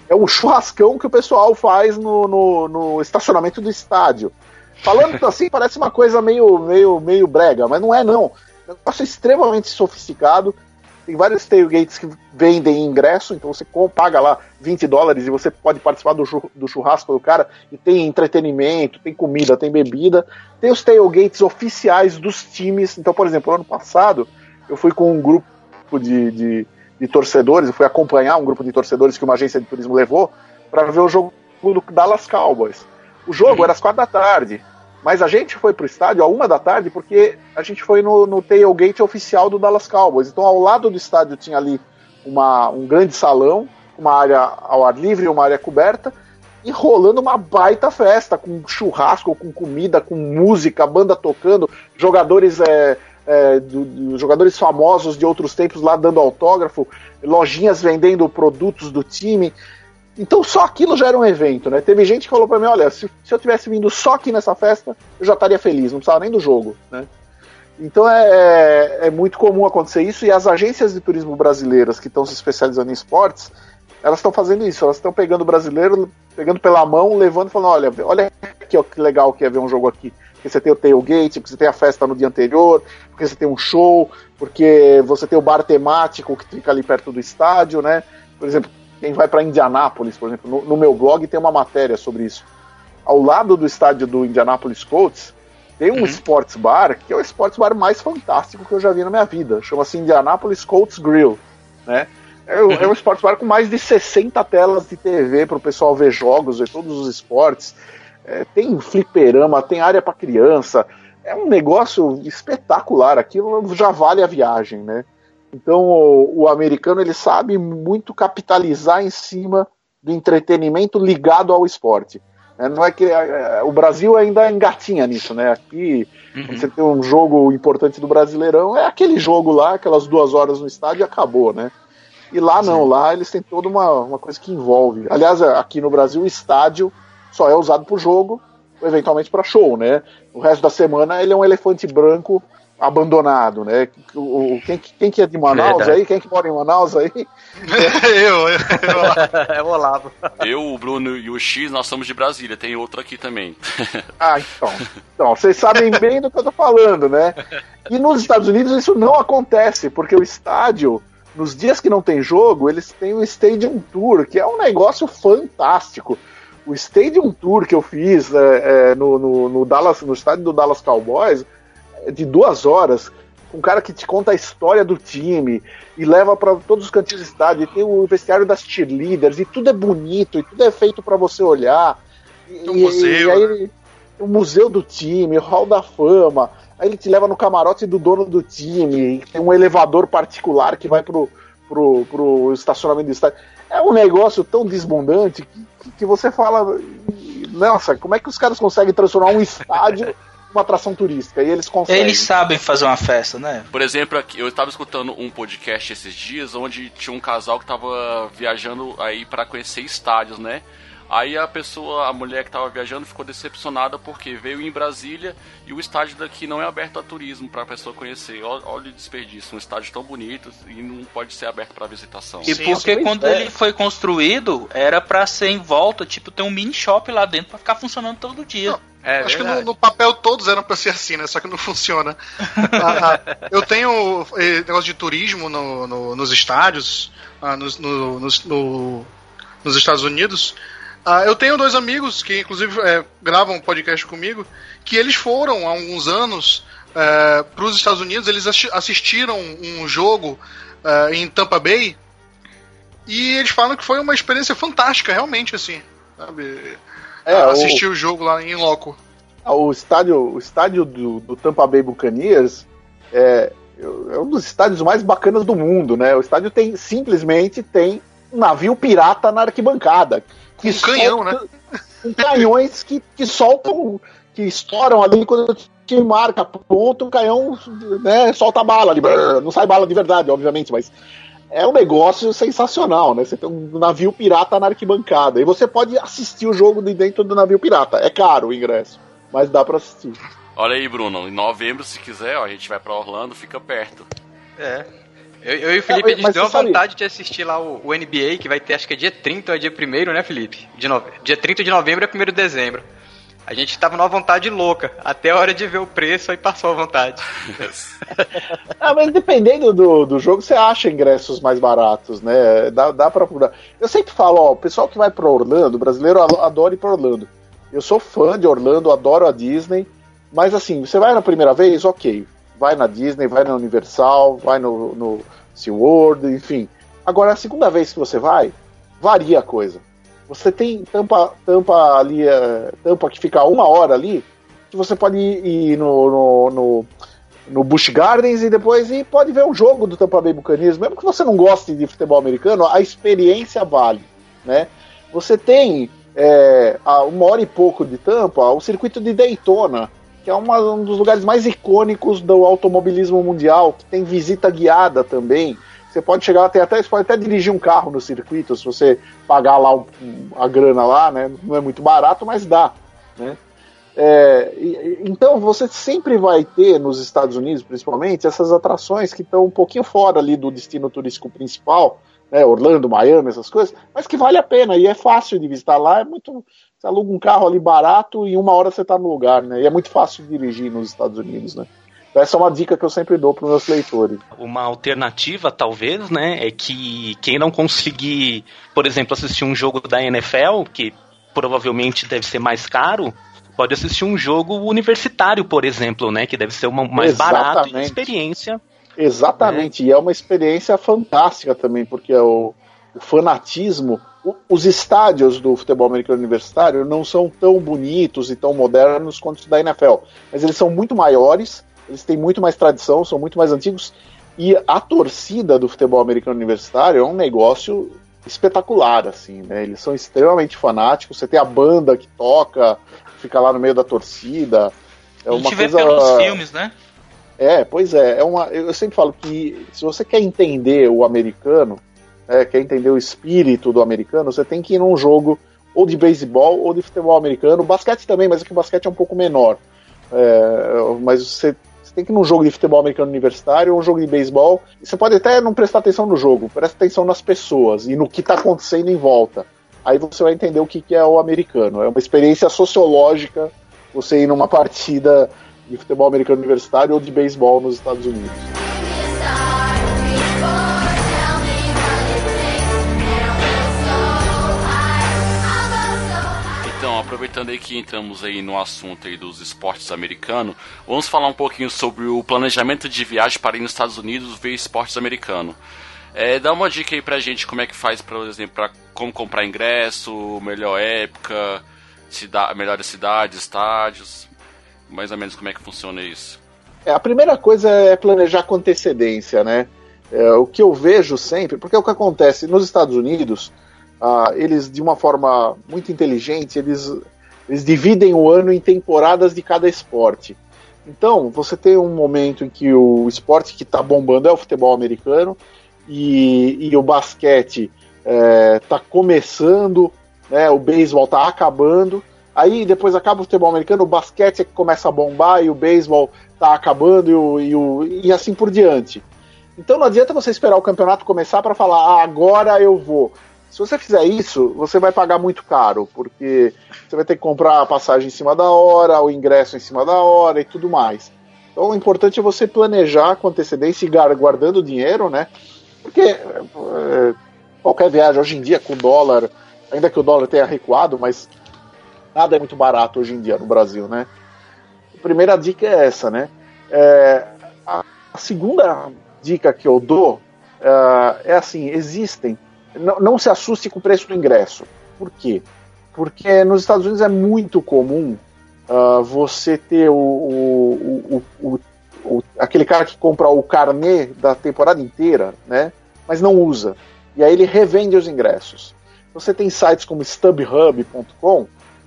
é o churrascão que o pessoal faz no, no, no estacionamento do estádio. Falando assim, parece uma coisa meio, meio, meio brega, mas não é não. É um negócio extremamente sofisticado. Tem vários tailgates que vendem ingresso, então você paga lá vinte dólares e você pode participar do, do churrasco do cara, e tem entretenimento, tem comida, tem bebida. Tem os tailgates oficiais dos times. Então, por exemplo, ano passado, eu fui com um grupo de, de, de torcedores, eu fui acompanhar um grupo de torcedores que uma agência de turismo levou para ver o jogo do Dallas Cowboys. O jogo era às quatro da tarde, mas a gente foi pro estádio à uma da tarde porque a gente foi no, no tailgate oficial do Dallas Cowboys. Então, ao lado do estádio tinha ali uma, um grande salão, uma área ao ar livre, uma área coberta, e rolando uma baita festa, com churrasco, com comida, com música, banda tocando, jogadores, é, é, do, do, jogadores famosos de outros tempos lá dando autógrafo, lojinhas vendendo produtos do time. Então só aquilo já era um evento, né? Teve gente que falou pra mim, olha, se, se eu tivesse vindo só aqui nessa festa, eu já estaria feliz, não precisava nem do jogo, né? Então é, é, é muito comum acontecer isso, e as agências de turismo brasileiras que estão se especializando em esportes, elas estão fazendo isso, elas estão pegando o brasileiro, pegando pela mão, levando e falando, olha, olha aqui, ó, que legal que é ver um jogo aqui. Porque você tem o tailgate, porque você tem a festa no dia anterior, porque você tem um show, porque você tem o bar temático que fica ali perto do estádio, né? Por exemplo, quem vai para Indianápolis, por exemplo, no, no meu blog tem uma matéria sobre isso. Ao lado do estádio do Indianapolis Colts, tem um uhum. sports bar, que é o sports bar mais fantástico que eu já vi na minha vida. Chama-se Indianapolis Colts Grill, né? É, uhum. é um sports bar com mais de sessenta telas de T V para o pessoal ver jogos, ver todos os esportes. É, tem fliperama, tem área para criança. É um negócio espetacular. Aquilo já vale a viagem, né? Então o, o americano, ele sabe muito capitalizar em cima do entretenimento ligado ao esporte. É, não é que é, o Brasil ainda engatinha nisso, né? Aqui, uhum. quando você tem um jogo importante do Brasileirão, é aquele jogo lá, aquelas duas horas no estádio e acabou, né? E lá não, Sim. lá eles têm toda uma, uma coisa que envolve. Aliás, aqui no Brasil o estádio só é usado para o jogo, eventualmente para show, né? O resto da semana ele é um elefante branco abandonado, né? O, o, quem, quem que é de Manaus Verdade. aí? Quem que mora em Manaus aí? eu, eu, eu. É o Olavo. Eu, o Bruno e o X, nós somos de Brasília, tem outro aqui também. Ah, então. Então, vocês sabem bem do que eu tô falando, né? E nos Estados Unidos isso não acontece, porque o estádio, nos dias que não tem jogo, eles têm o Stadium Tour, que é um negócio fantástico. O Stadium Tour que eu fiz é, é, no, no, no, Dallas, no estádio do Dallas Cowboys, de duas horas, com um cara que te conta a história do time e leva para todos os cantinhos do estádio, e tem o vestiário das cheerleaders, e tudo é bonito, e tudo é feito para você olhar. E, um museu, e aí, o museu do time, o Hall da Fama, aí ele te leva no camarote do dono do time, tem um elevador particular que vai pro, pro, pro estacionamento do estádio. É um negócio tão desbundante que, que você fala, nossa, como é que os caras conseguem transformar um estádio uma atração turística, e eles conseguem. Eles sabem fazer uma festa, né? Por exemplo, aqui, eu estava escutando um podcast esses dias onde tinha um casal que estava viajando aí para conhecer estádios, né? Aí a pessoa, a mulher que estava viajando ficou decepcionada porque veio em Brasília e o estádio daqui não é aberto a turismo para a pessoa conhecer. Olha, olha o desperdício, um estádio tão bonito e não pode ser aberto para visitação. E Sim, porque quando é. ele foi construído, era para ser em volta, tipo, ter um mini shop lá dentro para ficar funcionando todo dia. Não. É, Acho verdade. que no, no papel todos eram pra ser assim, né? Só que não funciona. ah, ah, eu tenho eh, negócio de turismo no, no, nos estádios, ah, nos, no, nos, no, nos Estados Unidos. Ah, eu tenho dois amigos que, inclusive, é, gravam um podcast comigo, que eles foram há alguns anos é, para os Estados Unidos. Eles assistiram um jogo é, em Tampa Bay e eles falam que foi uma experiência fantástica, realmente, assim, sabe? É, assistir o, o jogo lá em loco. O estádio, o estádio do, do Tampa Bay Buccaneers é, é um dos estádios mais bacanas do mundo, né? O estádio tem, simplesmente tem um navio pirata na arquibancada. Com um canhão, solta, né? Com canhões que, que soltam, que estouram ali quando o time marca ponto, o canhão, né, solta bala ali. Não sai bala de verdade, obviamente, mas é um negócio sensacional, né? Você tem um navio pirata na arquibancada. E você pode assistir o jogo de dentro do navio pirata. É caro o ingresso, mas dá pra assistir. Olha aí, Bruno. Em novembro, se quiser, ó, a gente vai pra Orlando, fica perto. É. Eu, eu e o Felipe, É, a gente mas deu uma você sabe- vontade de assistir lá o, o N B A, que vai ter, acho que é dia trinta ou é dia primeiro, né, Felipe? De nove... Dia trinta de novembro é primeiro de dezembro. A gente tava numa vontade louca, até a hora de ver o preço, aí passou a vontade. Ah, mas dependendo do, do jogo, você acha ingressos mais baratos, né? Dá, dá pra procurar. Eu sempre falo, ó, o pessoal que vai pra Orlando, o brasileiro adora ir pra Orlando. Eu sou fã de Orlando, adoro a Disney, mas assim, você vai na primeira vez, ok. Vai na Disney, vai na Universal, vai no, no SeaWorld, enfim. Agora, a segunda vez que você vai, varia a coisa. Você tem tampa, tampa ali, é, tampa que fica uma hora ali, que você pode ir, ir no, no, no, no Busch Gardens e depois ir, pode ver um jogo do Tampa Bay Buccaneers. Mesmo que você não goste de futebol americano, a experiência vale, né? Você tem é, a uma hora e pouco de Tampa, o circuito de Daytona, que é uma, um dos lugares mais icônicos do automobilismo mundial, que tem visita guiada também. Você pode chegar até, até, você pode até dirigir um carro no circuito, se você pagar lá o, a grana lá, né? Não é muito barato, mas dá, né? É, e, então você sempre vai ter nos Estados Unidos, principalmente, essas atrações que estão um pouquinho fora ali do destino turístico principal, né? Orlando, Miami, essas coisas, mas que vale a pena e é fácil de visitar lá, é muito, você aluga um carro ali barato e em uma hora você está no lugar, né? E é muito fácil de dirigir nos Estados Unidos, né? Essa é uma dica que eu sempre dou para os meus leitores. Uma alternativa, talvez, né, é que quem não conseguir, por exemplo, assistir um jogo da N F L, que provavelmente deve ser mais caro, pode assistir um jogo universitário, por exemplo, né, que deve ser uma, mais Exatamente. barato e experiência. Exatamente, né? E é uma experiência fantástica também, porque é o, o fanatismo, o, os estádios do futebol americano universitário não são tão bonitos e tão modernos quanto os da N F L, mas eles são muito maiores, eles têm muito mais tradição, são muito mais antigos, e a torcida do futebol americano universitário é um negócio espetacular, assim, né? Eles são extremamente fanáticos, você tem a banda que toca, fica lá no meio da torcida. É a uma gente vê coisa... pelos filmes, né? É, pois é, é uma... eu sempre falo que se você quer entender o americano, é, quer entender o espírito do americano, você tem que ir num jogo ou de beisebol ou de futebol americano, basquete também, mas aqui o basquete é um pouco menor. É, mas você Você tem que ir num jogo de futebol americano universitário ou um jogo de beisebol. E você pode até não prestar atenção no jogo, presta atenção nas pessoas e no que está acontecendo em volta. Aí você vai entender o que, que é o americano. É uma experiência sociológica você ir numa partida de futebol americano universitário ou de beisebol nos Estados Unidos. Então, aproveitando aí que entramos aí no assunto aí dos esportes americanos, vamos falar um pouquinho sobre o planejamento de viagem para ir nos Estados Unidos ver esportes americanos. É, dá uma dica aí pra gente como é que faz, por exemplo, pra como comprar ingresso, melhor época, cida- melhores cidades, estádios, mais ou menos como é que funciona isso. É, a primeira coisa é planejar com antecedência, né? É, o que eu vejo sempre, porque é o que acontece nos Estados Unidos, ah, eles de uma forma muito inteligente, eles, eles dividem o ano em temporadas de cada esporte. Então, você tem um momento em que o esporte que está bombando é o futebol americano, e, e o basquete está é, começando, né, o beisebol está acabando, aí depois acaba o futebol americano, o basquete é que começa a bombar e o beisebol está acabando e, o, e, o, e assim por diante. Então não adianta você esperar o campeonato começar para falar, ah, agora eu vou. Se você fizer isso, você vai pagar muito caro, porque você vai ter que comprar a passagem em cima da hora, o ingresso em cima da hora e tudo mais. Então o importante é você planejar com antecedência e guardando dinheiro, né? Porque é, qualquer viagem hoje em dia com dólar, ainda que o dólar tenha recuado, mas nada é muito barato hoje em dia no Brasil, né? A primeira dica é essa, né? É, a, a segunda dica que eu dou é, é assim, existem, não, não se assuste com o preço do ingresso. Por quê? Porque nos Estados Unidos é muito comum uh, você ter o, o, o, o O, aquele cara que compra o carnê da temporada inteira, né, mas não usa, e aí ele revende os ingressos. Você tem sites como StubHub ponto com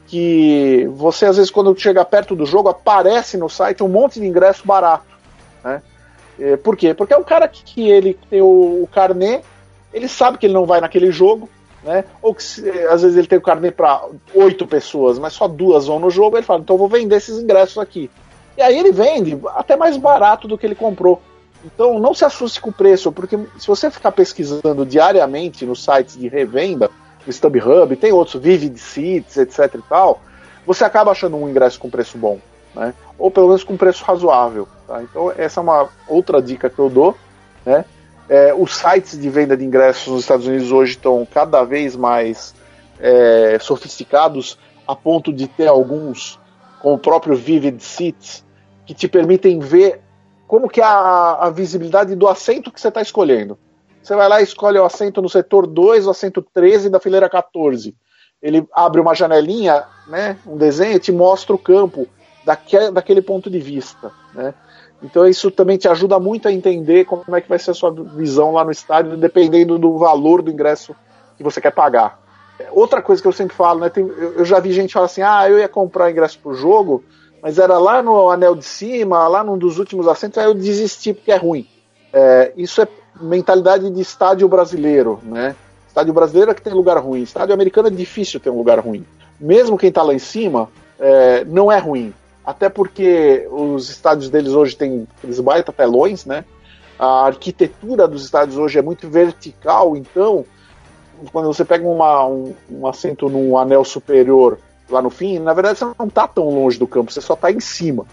que você às vezes quando chega perto do jogo aparece no site um monte de ingresso barato, né? E, por quê? Porque é o cara que, que ele tem o, o carnê, ele sabe que ele não vai naquele jogo, né? Ou que se, às vezes ele tem o carnê para oito pessoas, mas só duas vão no jogo, ele fala, então eu vou vender esses ingressos aqui. E aí ele vende até mais barato do que ele comprou. Então não se assuste com o preço, porque se você ficar pesquisando diariamente nos sites de revenda, no StubHub, tem outros, Vivid Seats, etc e tal, você acaba achando um ingresso com preço bom, né? Ou pelo menos com preço razoável, tá? Então essa é uma outra dica que eu dou, né? É, os sites de venda de ingressos nos Estados Unidos hoje estão cada vez mais é, sofisticados, a ponto de ter alguns, como o próprio Vivid Seats, que te permitem ver como que é a, a visibilidade do assento que você está escolhendo. Você vai lá e escolhe o assento no setor dois, o assento treze da fileira catorze. Ele abre uma janelinha, né, um desenho, e te mostra o campo daquele, daquele ponto de vista, né? Então isso também te ajuda muito a entender como é que vai ser a sua visão lá no estádio, dependendo do valor do ingresso que você quer pagar. Outra coisa que eu sempre falo, né, tem, eu, eu já vi gente falar assim, ah, eu ia comprar ingresso pro jogo, mas era lá no anel de cima, lá num dos últimos assentos, aí eu desisti porque é ruim. É, isso é mentalidade de estádio brasileiro, né? Estádio brasileiro é que tem lugar ruim. Estádio americano é difícil ter um lugar ruim. Mesmo quem tá lá em cima, é, não é ruim. Até porque os estádios deles hoje têm aqueles baita telões, né? A arquitetura dos estádios hoje é muito vertical, então quando você pega uma, um, um assento num anel superior lá no fim, na verdade você não tá tão longe do campo, você só tá em cima.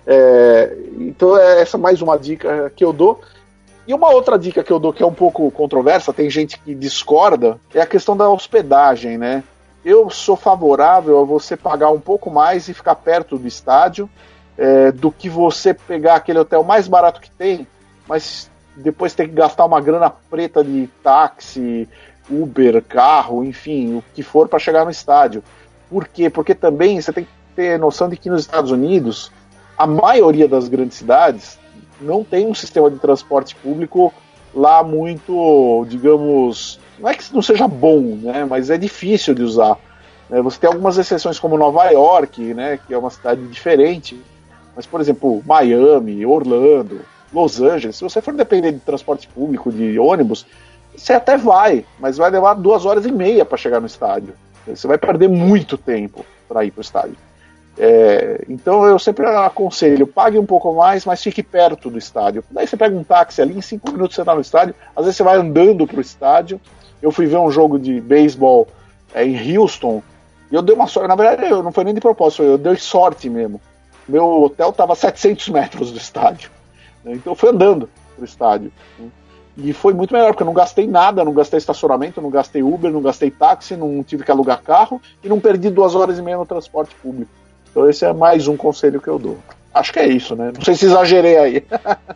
É, então essa é mais uma dica que eu dou. E uma outra dica que eu dou, que é um pouco controversa, tem gente que discorda, é a questão da hospedagem, né? Eu sou favorável a você pagar um pouco mais e ficar perto do estádio, é, do que você pegar aquele hotel mais barato que tem, mas depois ter que gastar uma grana preta de táxi, Uber, carro, enfim, o que for para chegar no estádio. Por quê? Porque também você tem que ter noção de que nos Estados Unidos, a maioria das grandes cidades não tem um sistema de transporte público lá muito, digamos, não é que não seja bom, né, mas é difícil de usar. Você tem algumas exceções como Nova York, né, que é uma cidade diferente, mas, por exemplo, Miami, Orlando, Los Angeles, se você for depender de transporte público, de ônibus, você até vai, mas vai levar duas horas e meia para chegar no estádio. Você vai perder muito tempo para ir para o estádio. É, então eu sempre aconselho, pague um pouco mais, mas fique perto do estádio. Daí você pega um táxi ali, em cinco minutos você está no estádio, às vezes você vai andando para o estádio. Eu fui ver um jogo de beisebol é, em Houston, e eu dei uma sorte, na verdade eu não foi nem de propósito, eu dei sorte mesmo. Meu hotel estava a setecentos metros do estádio, então eu fui andando para o estádio. E foi muito melhor, porque eu não gastei nada, não gastei estacionamento, não gastei Uber, não gastei táxi, não tive que alugar carro e não perdi duas horas e meia no transporte público. Então esse é mais um conselho que eu dou. Acho que é isso, né? Não sei se exagerei aí.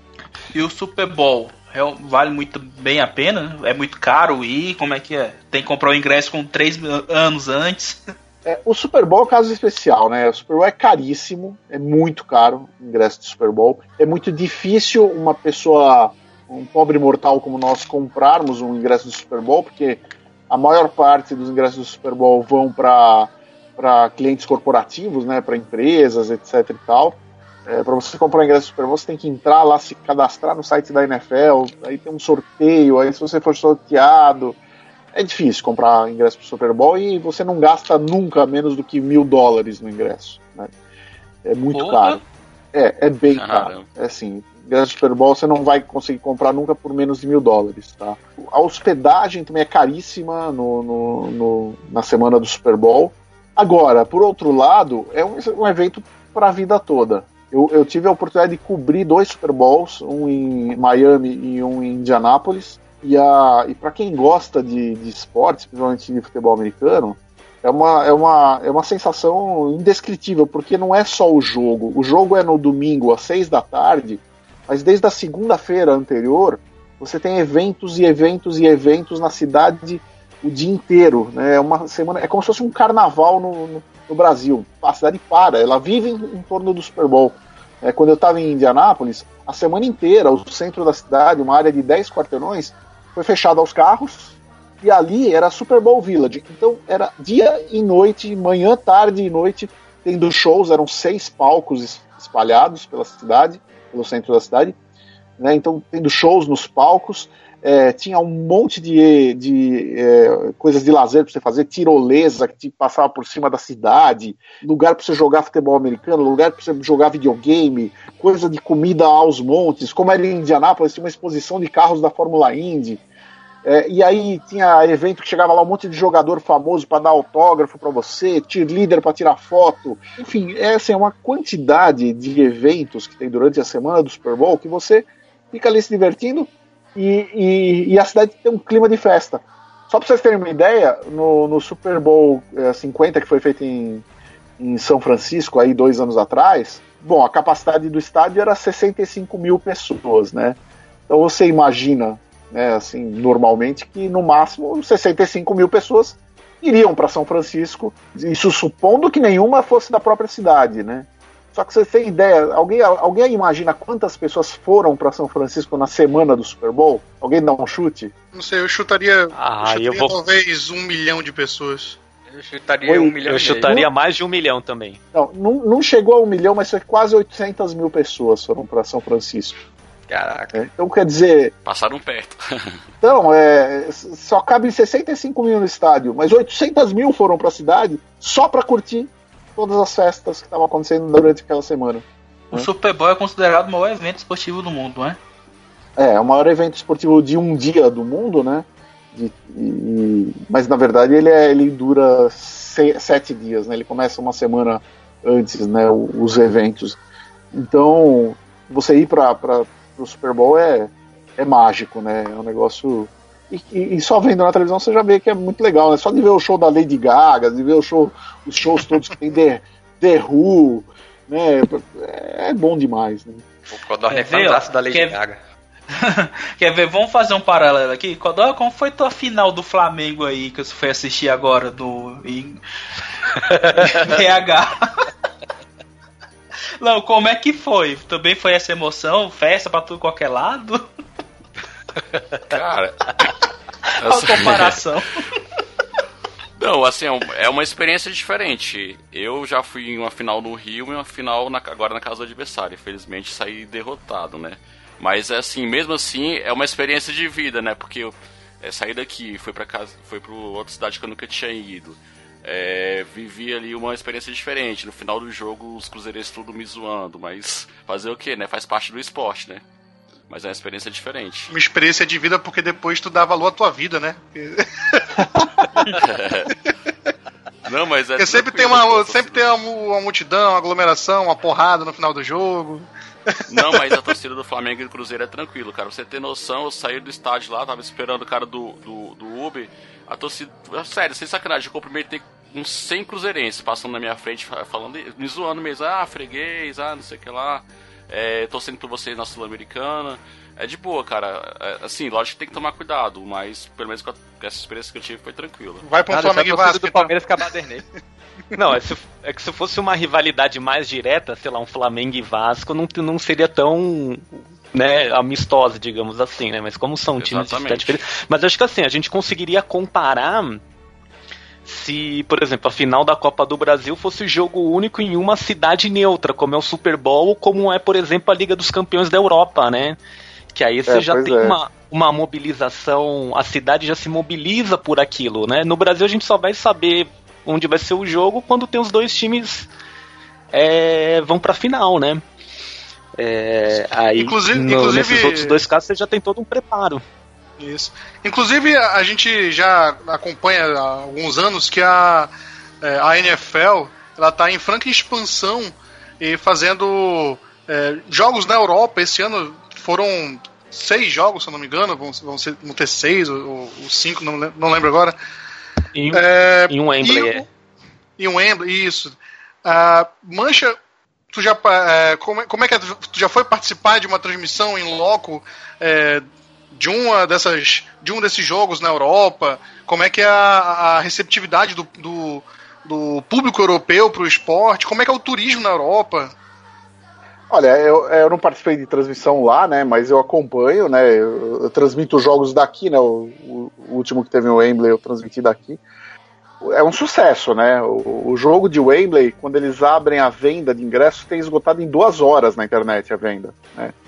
E o Super Bowl, vale muito bem a pena? É muito caro ir? Como é que é? Tem que comprar o ingresso com três anos antes? É, o Super Bowl é um caso especial, né? O Super Bowl é caríssimo, é muito caro o ingresso de Super Bowl. É muito difícil uma pessoa, um pobre mortal como nós, comprarmos um ingresso do Super Bowl, porque a maior parte dos ingressos do Super Bowl vão para para clientes corporativos, né, para empresas, etc e tal. É, para você comprar o ingresso do Super Bowl, você tem que entrar lá, se cadastrar no site da N F L, aí tem um sorteio, aí se você for sorteado, é difícil comprar ingresso para o Super Bowl e você não gasta nunca menos do que mil dólares no ingresso, né? É muito Porra. caro. É, é bem Caramba. caro. É assim, ingresso do Super Bowl você não vai conseguir comprar nunca por menos de mil dólares, tá? A hospedagem também é caríssima no, no, no, na semana do Super Bowl. Agora, por outro lado, é um, um evento para a vida toda. Eu, eu tive a oportunidade de cobrir dois Super Bowls, um em Miami e um em Indianápolis. E, a, e para quem gosta de, de esportes, principalmente de futebol americano, é uma, é, uma, é uma sensação indescritível, porque não é só o jogo. O jogo é no domingo às seis da tarde, mas desde a segunda-feira anterior, você tem eventos e eventos e eventos na cidade o dia inteiro, né? É uma semana, é como se fosse um carnaval no, no, no Brasil. A cidade para, ela vive em, em torno do Super Bowl. É, quando eu estava em Indianápolis, a semana inteira, o centro da cidade, uma área de dez quarteirões, foi fechado aos carros, e ali era Super Bowl Village. Então era dia e noite, manhã, tarde e noite, tendo shows, eram seis palcos espalhados pela cidade, pelo centro da cidade, né? Então tendo shows nos palcos, é, tinha um monte de, de é, coisas de lazer para você fazer, tirolesa que te passava por cima da cidade, lugar para você jogar futebol americano, lugar para você jogar videogame, coisa de comida aos montes, como era em Indianápolis, tinha uma exposição de carros da Fórmula Indy. É, e aí tinha evento que chegava lá um monte de jogador famoso para dar autógrafo para você, cheerleader para tirar foto. Enfim, é assim, uma quantidade de eventos que tem durante a semana do Super Bowl que você fica ali se divertindo e, e, e a cidade tem um clima de festa. Só para vocês terem uma ideia, no, no Super Bowl é, cinquenta, que foi feito em, em São Francisco, aí dois anos atrás, bom, a capacidade do estádio era sessenta e cinco mil pessoas, né? Então você imagina, né, assim, normalmente que no máximo sessenta e cinco mil pessoas iriam para São Francisco, isso supondo que nenhuma fosse da própria cidade, né? Só que você tem ideia, alguém, alguém imagina quantas pessoas foram para São Francisco na semana do Super Bowl? Alguém dá um chute? Não sei, eu chutaria, ah, eu chutaria eu vou... talvez um milhão de pessoas. Eu chutaria Oi, um milhão. Eu chutaria mais de um milhão também. Não, não, não chegou a um milhão, mas foi quase oitocentas mil pessoas foram para São Francisco. Caraca. É, então quer dizer... Passaram perto. Então, é, só cabem sessenta e cinco mil no estádio, mas oitocentas mil foram para a cidade só para curtir todas as festas que estavam acontecendo durante aquela semana. O né? Super Bowl é considerado o maior evento esportivo do mundo, não é? É, é o maior evento esportivo de um dia do mundo, né? De, e, mas na verdade ele, é, ele dura se, sete dias, né? Ele começa uma semana antes, né? Os eventos. Então, você ir para o Super Bowl é, é mágico, né? É um negócio... E, e, e só vendo na televisão você já vê que é muito legal, né? Só de ver o show da Lady Gaga, de ver o show, os shows todos que tem The, The Who, né? É bom demais, né? O Codorna é fantástico da Lady quer... Gaga. Quer ver? Vamos fazer um paralelo aqui. Codorna, como foi tua final do Flamengo aí que você foi assistir agora do em... B H? Não, como é que foi? Também foi essa emoção? Festa pra tudo qualquer lado? Cara, Olha a comparação. Não, assim, é uma experiência diferente. Eu já fui em uma final no Rio e uma final na, agora na casa do adversário. Infelizmente saí derrotado, né? Mas assim, mesmo assim, é uma experiência de vida, né? Porque eu é, saí daqui, fui pra casa, fui pra outra cidade que eu nunca tinha ido. É, vivi ali uma experiência diferente. No final do jogo, os cruzeirenses tudo me zoando, mas fazer o quê, né? Faz parte do esporte, né? Mas é uma experiência diferente. Uma experiência de vida porque depois tu dá valor à tua vida, né? Não, mas é porque sempre tem uma, sempre tem uma, uma multidão, uma aglomeração, uma porrada no final do jogo. Não, mas a torcida do Flamengo e do Cruzeiro é tranquilo, cara. Você tem noção, eu saí do estádio lá, tava esperando o cara do, do, do Uber. A torcida, sério, sem sacanagem, eu cumprimentei uns cem cruzeirenses passando na minha frente, falando, me zoando mesmo. Ah, freguês, ah, não sei o que lá. É, torcendo por vocês na Sul-Americana. É de boa, cara. É, assim, lógico que tem que tomar cuidado, mas pelo menos com, a, com essa experiência que eu tive foi tranquilo. Vai pro Flamengo e Vasco do Palmeiras que é Badernei. Não, é, se, é que se fosse uma rivalidade mais direta, sei lá, um Flamengo e Vasco, não, não seria tão, né, amistosa, digamos assim, né? Mas como são times diferentes. Mas acho que assim, a gente conseguiria comparar se, por exemplo, a final da Copa do Brasil fosse jogo único em uma cidade neutra, como é o Super Bowl, ou como é, por exemplo, a Liga dos Campeões da Europa, né? Que aí você é, já tem é. uma, uma mobilização, a cidade já se mobiliza por aquilo, né? No Brasil a gente só vai saber onde vai ser o jogo quando tem os dois times é, vão pra final, né? É, aí inclusive, no, inclusive, nesses outros dois casos você já tem todo um preparo. Isso. Inclusive a gente já acompanha há alguns anos que a, a N F L ela tá em franca expansão e fazendo é, jogos na Europa. Esse ano foram seis jogos, se eu não me engano, vão, vão, ser, vão ter seis ou, ou cinco, não, não lembro agora. Em, é, em um Wembley, é. Em um Wembley, isso. Uh, Mancha, tu já, é, como, como é que é, tu já foi participar de uma transmissão em loco é, de uma dessas, de um desses jogos na Europa? Como é que é a, a receptividade do, do, do público europeu para o esporte? Como é que é o turismo na Europa? Olha, eu, eu não participei de transmissão lá, né, mas eu acompanho, né, eu, eu transmito os jogos daqui, né, o, o, o último que teve no Wembley eu transmiti daqui. É um sucesso, né, o, o jogo de Wembley, quando eles abrem a venda de ingressos, tem esgotado em duas horas na internet a venda, né.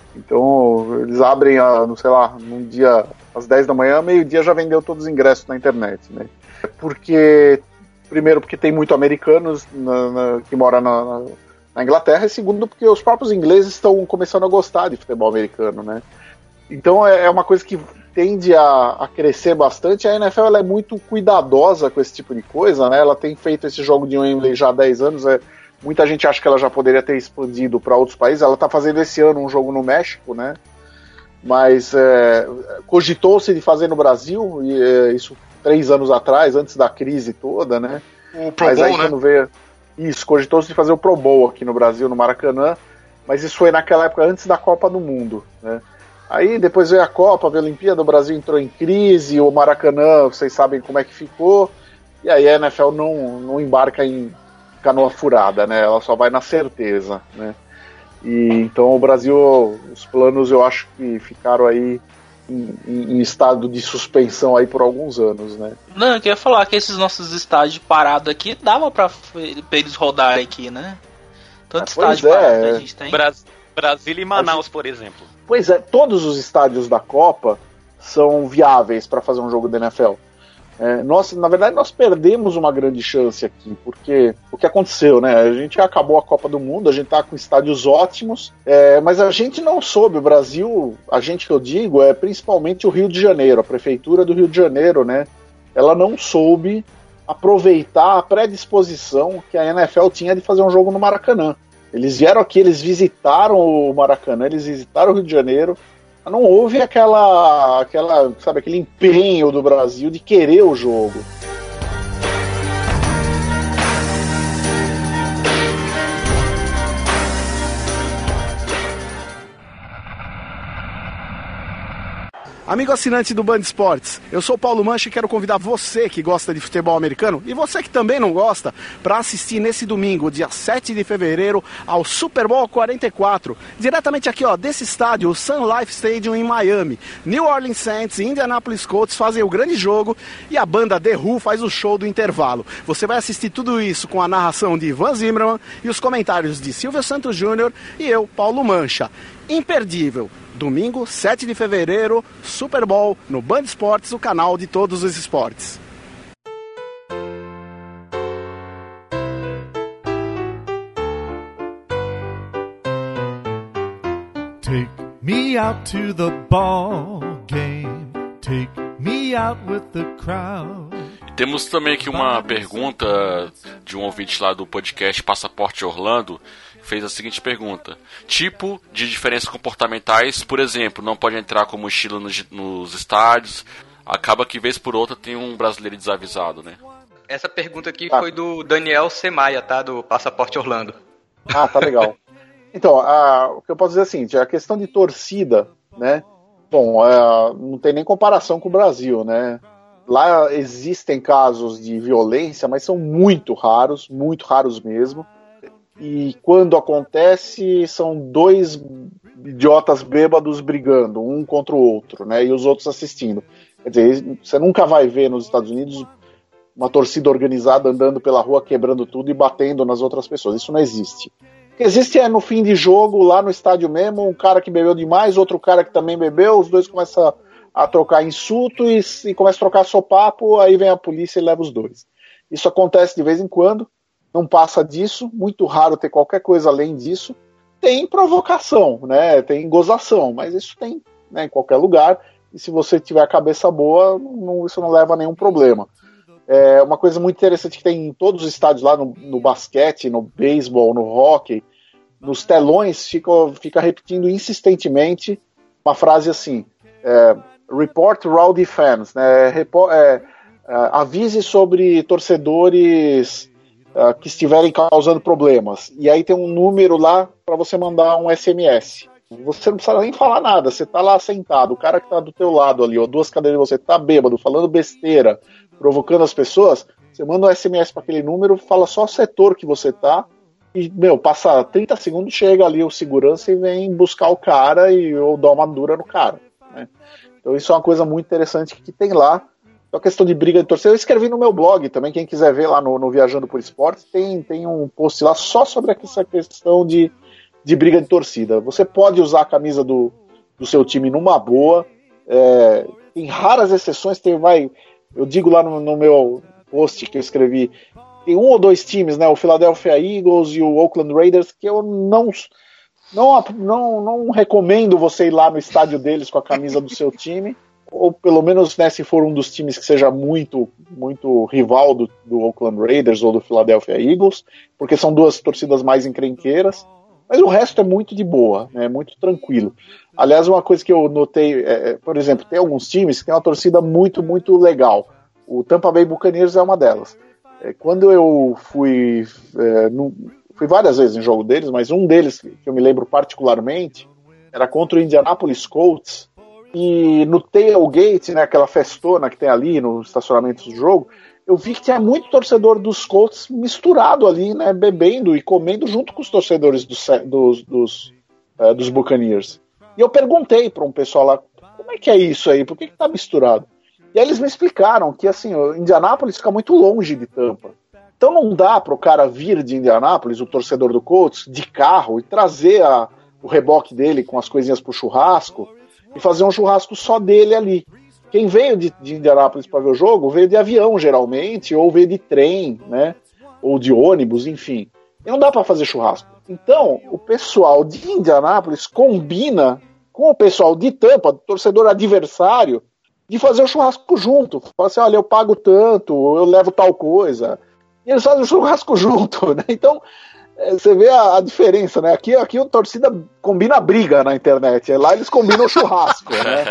Então, eles abrem, a, não sei lá, num dia às dez da manhã, meio-dia já vendeu todos os ingressos na internet, né? Porque, primeiro, porque tem muito americanos na, na, que moram na, na, na Inglaterra, e segundo, porque os próprios ingleses estão começando a gostar de futebol americano, né? Então, é, é uma coisa que tende a, a crescer bastante. A N F L ela é muito cuidadosa com esse tipo de coisa, né? Ela tem feito esse jogo de Wembley já há dez anos, é, muita gente acha que ela já poderia ter expandido para outros países. Ela está fazendo esse ano um jogo no México, né? Mas é, cogitou-se de fazer no Brasil, e, é, isso três anos atrás, antes da crise toda, né? O Pro mas Bowl, aí, né? quando veio, isso, cogitou-se de fazer o Pro Bowl aqui no Brasil, no Maracanã, mas isso foi naquela época antes da Copa do Mundo, né? Aí depois veio a Copa, veio a Olimpíada, o Brasil entrou em crise, o Maracanã, vocês sabem como é que ficou, e aí a N F L não, não embarca em canoa furada, né? Ela só vai na certeza, né? E então o Brasil, os planos eu acho que ficaram aí em, em, em estado de suspensão aí por alguns anos, né? Não, eu queria falar que esses nossos estádios parados aqui, dava pra, pra eles rodarem aqui, né? Tanto Ah, estádio pois é, parado que é. a gente tem. Bras- Brasília e Manaus, gente- por exemplo. Pois é, todos os estádios da Copa são viáveis para fazer um jogo da N F L. É, nós, na verdade, nós perdemos uma grande chance aqui, porque o que aconteceu, né? A gente acabou a Copa do Mundo, a gente tá com estádios ótimos, é, mas a gente não soube, o Brasil, a gente que eu digo, é principalmente o Rio de Janeiro, a prefeitura do Rio de Janeiro, né? Ela não soube aproveitar a predisposição que a N F L tinha de fazer um jogo no Maracanã. Eles vieram aqui, eles visitaram o Maracanã, eles visitaram o Rio de Janeiro, mas não houve aquela, aquela, sabe, aquele empenho do Brasil de querer o jogo. Amigo assinante do Band Esportes, eu sou o Paulo Mancha e quero convidar você que gosta de futebol americano e você que também não gosta para assistir nesse domingo, dia sete de fevereiro, ao Super Bowl quarenta e quatro, diretamente aqui ó, desse estádio, o Sun Life Stadium em Miami. New Orleans Saints e Indianapolis Colts fazem o grande jogo e a banda The Who faz o show do intervalo. Você vai assistir tudo isso com a narração de Ivan Zimmerman e os comentários de Silvio Santos Júnior e eu, Paulo Mancha. Imperdível. Domingo, sete de fevereiro, Super Bowl, no Band Esportes, o canal de todos os esportes. Take me out to the ball game. Take me out with the crowd. Temos também aqui uma pergunta de um ouvinte lá do podcast Passaporte Orlando. Fez a seguinte pergunta: tipo de diferenças comportamentais, por exemplo, não pode entrar com mochila nos, nos estádios, acaba que vez por outra tem um brasileiro desavisado, né? Essa pergunta aqui Ah. foi do Daniel Semaia, tá? Do Passaporte Orlando. Ah, tá legal. Então, a, o que eu posso dizer é assim, a questão de torcida, né? Bom, é, não tem nem comparação com o Brasil, né? Lá existem casos de violência, mas são muito raros, muito raros mesmo. E quando acontece, são dois idiotas bêbados brigando, um contra o outro, né? E os outros assistindo. Quer dizer, você nunca vai ver nos Estados Unidos uma torcida organizada andando pela rua, quebrando tudo e batendo nas outras pessoas. Isso não existe. O que existe é no fim de jogo, lá no estádio mesmo, um cara que bebeu demais, outro cara que também bebeu, os dois começam a trocar insulto e, e começam a trocar sopapo, aí vem a polícia e leva os dois. Isso acontece de vez em quando. Não passa disso, muito raro ter qualquer coisa além disso. Tem provocação, né? Tem gozação, mas isso tem, né, em qualquer lugar. E se você tiver a cabeça boa, não, isso não leva a nenhum problema. É uma coisa muito interessante que tem em todos os estádios lá, no, no basquete, no beisebol, no hóquei, nos telões, fica, fica repetindo insistentemente uma frase assim, é, report rowdy fans, né? Repo, é, é, avise sobre torcedores Uh, que estiverem causando problemas. E aí tem um número lá para você mandar um S M S. Você não precisa nem falar nada, você tá lá sentado, o cara que tá do teu lado ali, ó, duas cadeiras de você, tá bêbado, falando besteira, provocando as pessoas, você manda um S M S para aquele número, fala só o setor que você tá, e, meu, passa trinta segundos, chega ali o segurança e vem buscar o cara e ou dar uma dura no cara, né? Então isso é uma coisa muito interessante que tem lá. A questão de briga de torcida, eu escrevi no meu blog também, quem quiser ver lá no, no Viajando por Esportes, tem, tem um post lá só sobre essa questão de, de briga de torcida. Você pode usar a camisa do, do seu time numa boa, é, em raras exceções, tem, vai, eu digo lá no, no meu post que eu escrevi, tem um ou dois times, né, o Philadelphia Eagles e o Oakland Raiders, que eu não, não, não, não recomendo você ir lá no estádio deles com a camisa do seu time, ou pelo menos, né, se for um dos times que seja muito, muito rival do, do Oakland Raiders ou do Philadelphia Eagles, porque são duas torcidas mais encrenqueiras, mas o resto é muito de boa, né, muito tranquilo. Aliás, uma coisa que eu notei, é, por exemplo, tem alguns times que tem uma torcida muito, muito legal. O Tampa Bay Buccaneers é uma delas. É, quando eu fui, é, no, fui várias vezes em jogo deles, mas um deles que eu me lembro particularmente era contra o Indianapolis Colts, e no tailgate, né, aquela festona que tem ali no estacionamento do jogo, eu vi que tinha muito torcedor dos Colts misturado ali, né, bebendo e comendo junto com os torcedores dos, dos, dos, uh, dos Buccaneers. E eu perguntei para um pessoal lá, como é que é isso aí? Por que que tá misturado? E aí eles me explicaram que, assim, o Indianápolis fica muito longe de Tampa. Então não dá para o cara vir de Indianápolis, o torcedor do Colts, de carro e trazer a, o reboque dele com as coisinhas pro churrasco e fazer um churrasco só dele ali. Quem veio de, de Indianápolis para ver o jogo veio de avião, geralmente, ou veio de trem, né? Ou de ônibus, enfim. E não dá para fazer churrasco. Então, o pessoal de Indianápolis combina com o pessoal de Tampa, torcedor adversário, de fazer o churrasco junto. Fala assim, olha, eu pago tanto, eu levo tal coisa. E eles fazem o churrasco junto, né? Então, você vê a, a diferença, né? Aqui, aqui a torcida combina briga na internet, lá eles combinam o churrasco, né?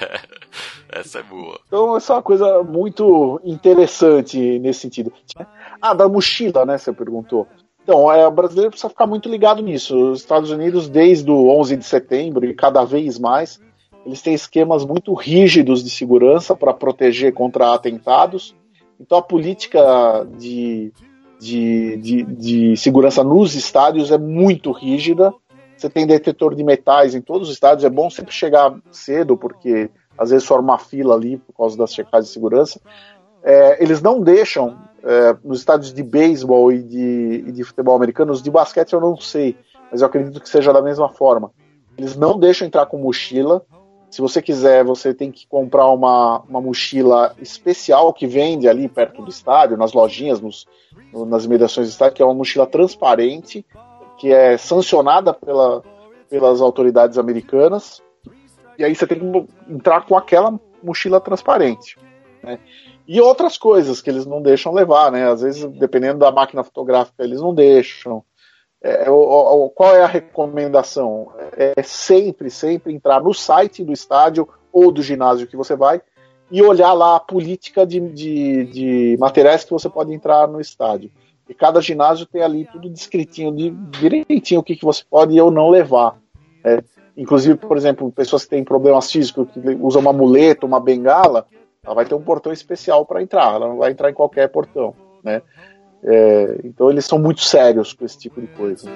Essa é boa. Então, essa é uma coisa muito interessante nesse sentido. Ah, da mochila, né? Você perguntou. Então, é, o brasileiro precisa ficar muito ligado nisso. Os Estados Unidos, desde o onze de setembro, e cada vez mais, eles têm esquemas muito rígidos de segurança para proteger contra atentados. Então, a política de... De, de, de segurança nos estádios é muito rígida. Você tem detetor de metais em todos os estádios. É bom sempre chegar cedo, porque às vezes forma uma fila ali por causa das checagens de segurança. É, eles não deixam é, nos estádios de beisebol e de, e de futebol americano. Os de basquete eu não sei, mas eu acredito que seja da mesma forma. Eles não deixam entrar com mochila. Se você quiser, você tem que comprar uma, uma mochila especial que vende ali perto do estádio, nas lojinhas, nos, nas imediações do estádio, que é uma mochila transparente, que é sancionada pela, pelas autoridades americanas. E aí você tem que entrar com aquela mochila transparente, né? E outras coisas que eles não deixam levar, né? Às vezes, dependendo da máquina fotográfica, eles não deixam. É, o, o, qual é a recomendação? É sempre, sempre entrar no site do estádio ou do ginásio que você vai e olhar lá a política de, de, de materiais que você pode entrar no estádio. E cada ginásio tem ali tudo descritinho, de, direitinho o que, que você pode ou não levar. É, inclusive, por exemplo, pessoas que têm problemas físicos, que usam uma muleta, uma bengala, ela vai ter um portão especial para entrar, ela não vai entrar em qualquer portão, né? É, então eles são muito sérios com esse tipo de coisa.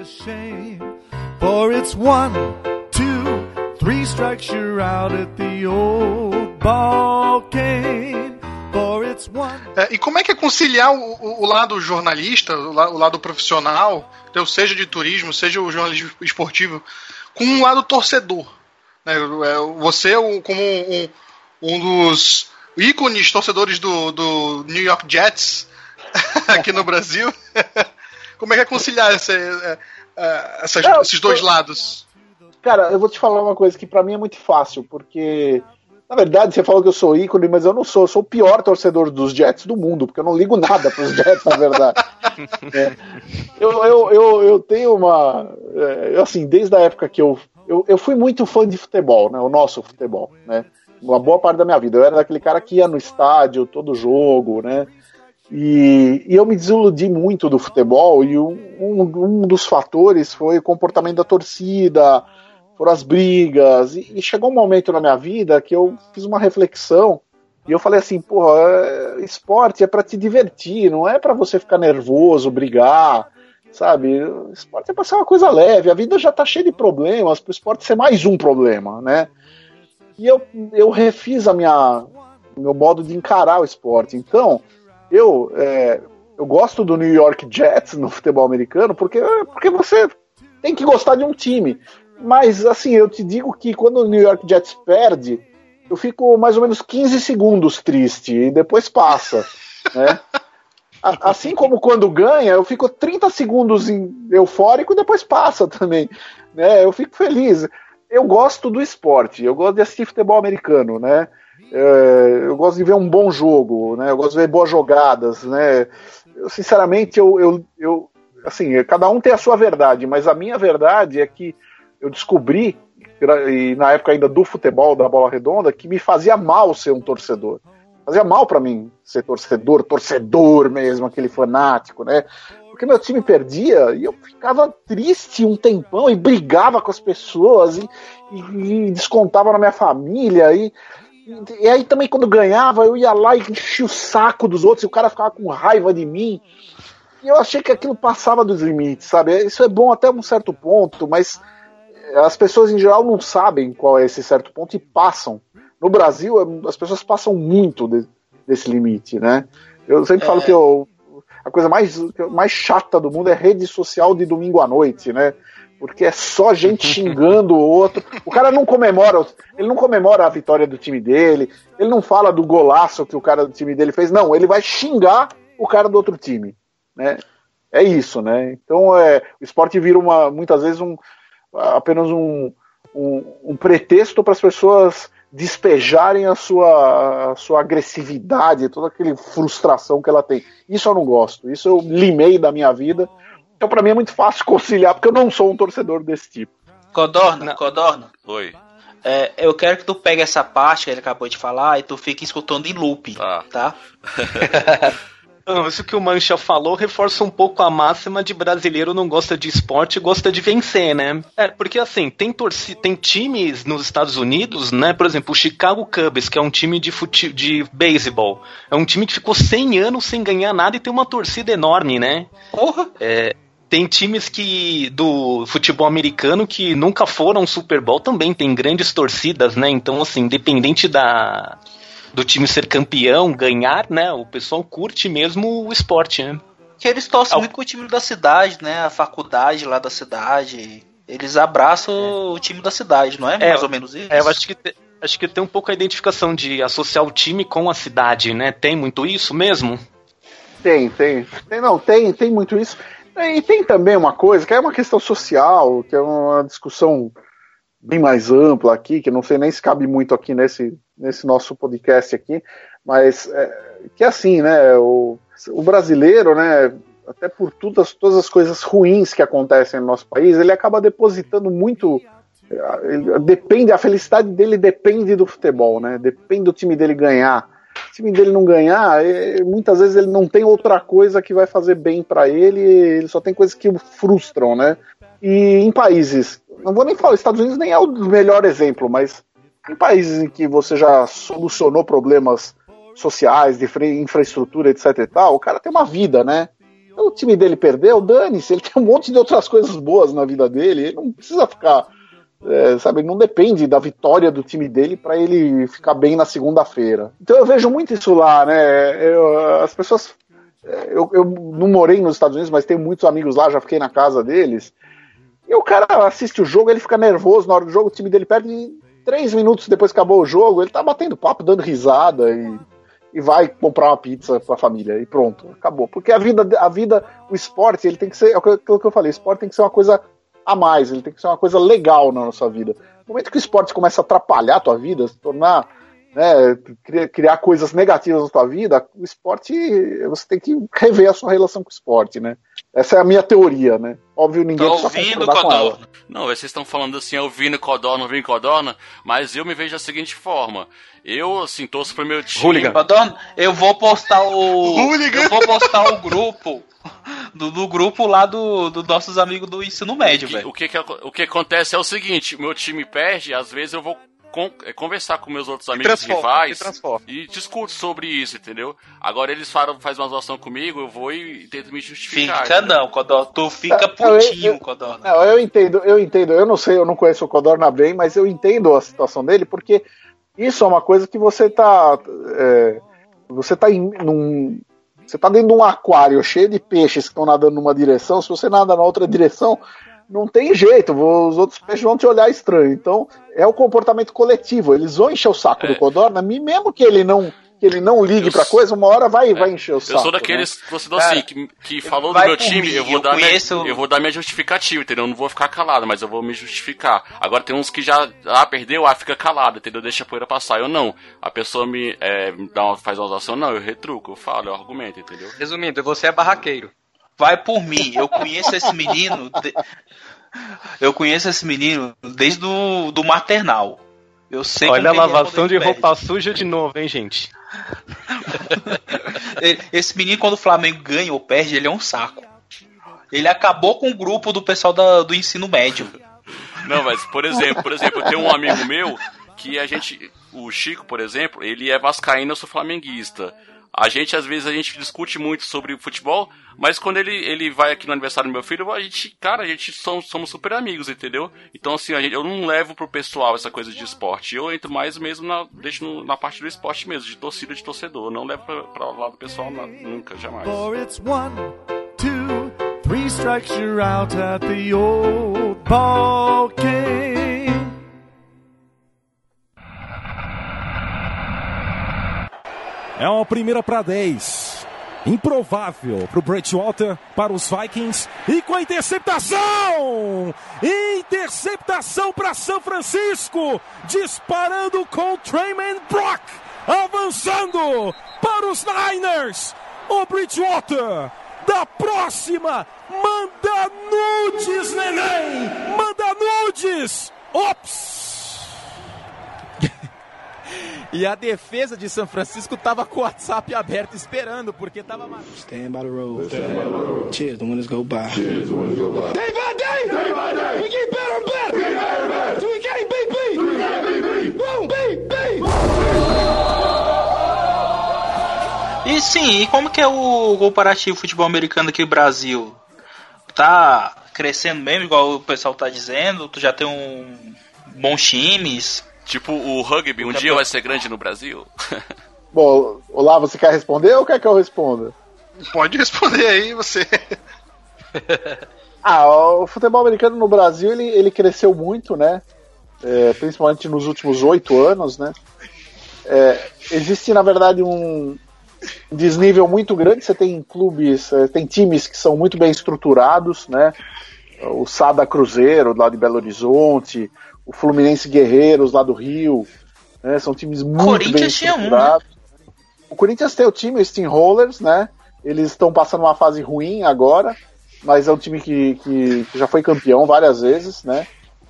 For it's one, two, three strikes you're out at the old ball game. For it's one. É, e como é que é conciliar o, o, o lado jornalista, o, la, o lado profissional, então, seja de turismo, seja o jornalismo esportivo, com um lado torcedor? Né? Você, como um, um dos ícones torcedores do, do New York Jets aqui no Brasil, como é que é conciliar essa, essas, Não, esses dois lados? Cara, eu vou te falar uma coisa que pra mim é muito fácil, porque na verdade você falou que eu sou ícone, mas eu não sou, eu sou o pior torcedor dos Jets do mundo, porque eu não ligo nada pros Jets, na verdade. É. Eu, eu, eu, eu tenho uma, é, assim, desde a época que eu, eu eu fui muito fã de futebol, né, o nosso futebol, né, uma boa parte da minha vida, eu era daquele cara que ia no estádio todo jogo, né. E, e eu me desiludi muito do futebol, e um, um, um dos fatores foi o comportamento da torcida, foram as brigas, e, e chegou um momento na minha vida que eu fiz uma reflexão, e eu falei assim, porra, é, esporte é pra te divertir, não é pra você ficar nervoso, brigar, sabe? Esporte é pra ser uma coisa leve, a vida já tá cheia de problemas, pro esporte ser mais um problema, né? E eu, eu refiz a minha, meu modo de encarar o esporte, então... Eu, é, eu gosto do New York Jets no futebol americano porque, porque você tem que gostar de um time. Mas, assim, eu te digo que quando o New York Jets perde, eu fico mais ou menos quinze segundos triste e depois passa, né? Assim como quando ganha, eu fico trinta segundos eufórico e depois passa também, né? Eu fico feliz. Eu gosto do esporte, eu gosto de assistir futebol americano, né? Eu gosto de ver um bom jogo, né? Eu gosto de ver boas jogadas, né? Eu, sinceramente, eu, eu, eu, assim, cada um tem a sua verdade, mas a minha verdade é que eu descobri, e na época ainda do futebol, da bola redonda, que me fazia mal ser um torcedor. Fazia mal pra mim ser torcedor, torcedor mesmo, aquele fanático, né? Porque meu time perdia e eu ficava triste um tempão e brigava com as pessoas e, e, e descontava na minha família. E, e, e aí também quando ganhava eu ia lá e enchia o saco dos outros e o cara ficava com raiva de mim. E eu achei que aquilo passava dos limites, sabe? Isso é bom até um certo ponto, mas as pessoas em geral não sabem qual é esse certo ponto e passam. No Brasil, as pessoas passam muito de, desse limite, né? Eu sempre é. falo que eu, a coisa mais, mais chata do mundo é rede social de domingo à noite, né? Porque é só gente xingando o outro. O cara não comemora, ele não comemora a vitória do time dele, ele não fala do golaço que o cara do time dele fez, não, ele vai xingar o cara do outro time, né? É isso, né? Então, é, o esporte vira uma, muitas vezes um, apenas um, um, um pretexto para as pessoas despejarem a sua, a sua agressividade, toda aquela frustração que ela tem. Isso eu não gosto, isso eu limei da minha vida. Então pra mim é muito fácil conciliar, porque eu não sou um torcedor desse tipo. Codorna, não. Codorna. Oi. É, eu quero que tu pegue essa parte que ele acabou de falar e tu fique escutando em loop, ah. tá? Não, isso que o Mancha falou reforça um pouco a máxima de brasileiro não gosta de esporte, gosta de vencer, né? É, porque assim, tem, torci- tem times nos Estados Unidos, né? Por exemplo, o Chicago Cubs, que é um time de, fute- de beisebol. É um time que ficou cem anos sem ganhar nada e tem uma torcida enorme, né? Porra! É, tem times que do futebol americano que nunca foram Super Bowl também, tem grandes torcidas, né? Então, assim, independente da... do time ser campeão, ganhar, né? O pessoal curte mesmo o esporte, né? Que eles torcem Al... muito com o time da cidade, né? A faculdade lá da cidade. Eles abraçam é. o time da cidade, não é? é Mais ou menos isso? É, eu acho que, te, acho que tem um pouco a identificação de associar o time com a cidade, né? Tem muito isso mesmo? Tem, tem. tem não, tem, tem muito isso. E tem também uma coisa que é uma questão social, que é uma discussão bem mais ampla aqui, que não sei nem se cabe muito aqui nesse, nesse nosso podcast aqui, mas é, que é assim, né, o, o brasileiro, né, até por todas, todas as coisas ruins que acontecem no nosso país, ele acaba depositando muito, ele, depende, a felicidade dele depende do futebol, né, depende do time dele ganhar. Se o time dele não ganhar, é, muitas vezes ele não tem outra coisa que vai fazer bem pra ele, ele só tem coisas que o frustram, né, e em países, não vou nem falar, Estados Unidos nem é o melhor exemplo, mas em países em que você já solucionou problemas sociais, de infraestrutura, etc e tal, o cara tem uma vida, né? Então, o time dele perdeu, dane-se, ele tem um monte de outras coisas boas na vida dele, ele não precisa ficar, é, sabe, não depende da vitória do time dele para ele ficar bem na segunda-feira. Então eu vejo muito isso lá, né? Eu, as pessoas, eu, eu não morei nos Estados Unidos, mas tenho muitos amigos lá, já fiquei na casa deles. E o cara assiste o jogo, ele fica nervoso na hora do jogo, o time dele perde e três minutos depois que acabou o jogo, ele tá batendo papo, dando risada e, e vai comprar uma pizza pra família e pronto, acabou. Porque a vida, a vida, o esporte, ele tem que ser, aquilo que eu falei, o esporte tem que ser uma coisa a mais, ele tem que ser uma coisa legal na nossa vida. No momento que o esporte começa a atrapalhar a tua vida, se tornar, né, criar, criar coisas negativas na tua vida, o esporte, você tem que rever a sua relação com o esporte, né? Essa é a minha teoria, né? Óbvio, ninguém Tô precisa ouvindo concordar com ela. Não, vocês estão falando assim, ouvindo Codorna, ouvindo Codorna, mas eu me vejo da seguinte forma. Eu, assim, torço pro meu time. Hooligan. Codorna, eu vou postar o... Hooligan. Eu vou postar o grupo... Do, do grupo lá dos do nossos amigos do ensino médio, velho. O que, que, o que acontece é o seguinte, meu time perde, às vezes eu vou con- conversar com meus outros amigos rivais e discuto sobre isso, entendeu? Agora eles falam, fazem uma zoação comigo, eu vou e tento me justificar. Fica entendeu? Não, Codorna, tu fica putinho, Codorna. Não, eu entendo, eu entendo, eu não sei, eu não conheço o Codorna bem, mas eu entendo a situação dele, porque isso é uma coisa que você tá, é, você tá em num... Você tá dentro de um aquário cheio de peixes que estão nadando numa direção, se você nada na outra direção, não tem jeito, os outros peixes vão te olhar estranho. Então, é o comportamento coletivo. Eles vão encher o saco é. do Codorna, mesmo que ele não, que ele não ligue eu pra coisa, uma hora vai, é. vai encher o saco. Eu sou daqueles né? torcedor assim, que, que falou do meu time, mim, eu, vou eu, dar conheço... minha, eu vou dar minha justificativa, entendeu? Eu não vou ficar calado, mas eu vou me justificar. Agora tem uns que já, ah, perdeu, ah, fica calado, entendeu? Deixa a poeira passar. Eu não. A pessoa me, é, me dá uma, faz uma ação, não, eu retruco, eu falo, eu argumento, entendeu? Resumindo, você é barraqueiro. Vai por mim, eu conheço esse menino... De... Eu conheço esse menino desde do, do maternal. Eu sei Olha a lavação de roupa suja de novo, hein, gente? Esse menino, quando o Flamengo ganha ou perde, ele é um saco. Ele acabou com o grupo do pessoal da, do ensino médio. Não, mas, por exemplo, por exemplo, eu tenho um amigo meu que a gente... O Chico, por exemplo, ele é vascaíno, eu sou flamenguista. A gente, às vezes, a gente discute muito sobre futebol, mas quando ele, ele vai aqui no aniversário do meu filho, a gente, cara, a gente somos, somos super amigos, entendeu? Então, assim, a gente, eu não levo pro pessoal essa coisa de esporte. Eu entro mais mesmo na, deixo no, na parte do esporte mesmo, de torcida, de torcedor. Eu não levo pra, pra lá do pessoal, não, nunca, jamais. For it's one, two, three strikes you're out at the old ball game. É uma primeira para dez. Improvável para o Bridgewater, para os Vikings. E com a interceptação! Interceptação para São Francisco. Disparando com Trayman Brock. Avançando para os Niners. O Bridgewater da próxima. Manda nudes, neném. Manda nudes. Ops! E a defesa de São Francisco tava com o WhatsApp aberto esperando, porque tava... Stand by the road. Stand by the road. Cheers, the winners go by. Cheers, the winners go by. Day by day! Day by day! We get better and better! We get better and better! We can't beat beat! We can't beat beat! Boom, beat, beat! E sim, e como que é o comparativo futebol americano aqui no Brasil? Tá crescendo mesmo, igual o pessoal tá dizendo? Tu já tem um bons times... Tipo o rugby, um dia vai ser grande no Brasil? Bom, olá, você quer responder ou quer que eu responda? Pode responder aí, você. Ah, o futebol americano no Brasil, ele, ele cresceu muito, né? É, principalmente nos últimos oito anos, né? É, existe, na verdade, um desnível muito grande. Você tem clubes, tem times que são muito bem estruturados, né? O Sada Cruzeiro, lá de Belo Horizonte... O Fluminense Guerreiros, lá do Rio, né? São times muito bem estruturados. Um, né? O Corinthians tem o time, o Steamrollers, né? Eles estão passando uma fase ruim agora, mas é um time que, que, que já foi campeão várias vezes, né?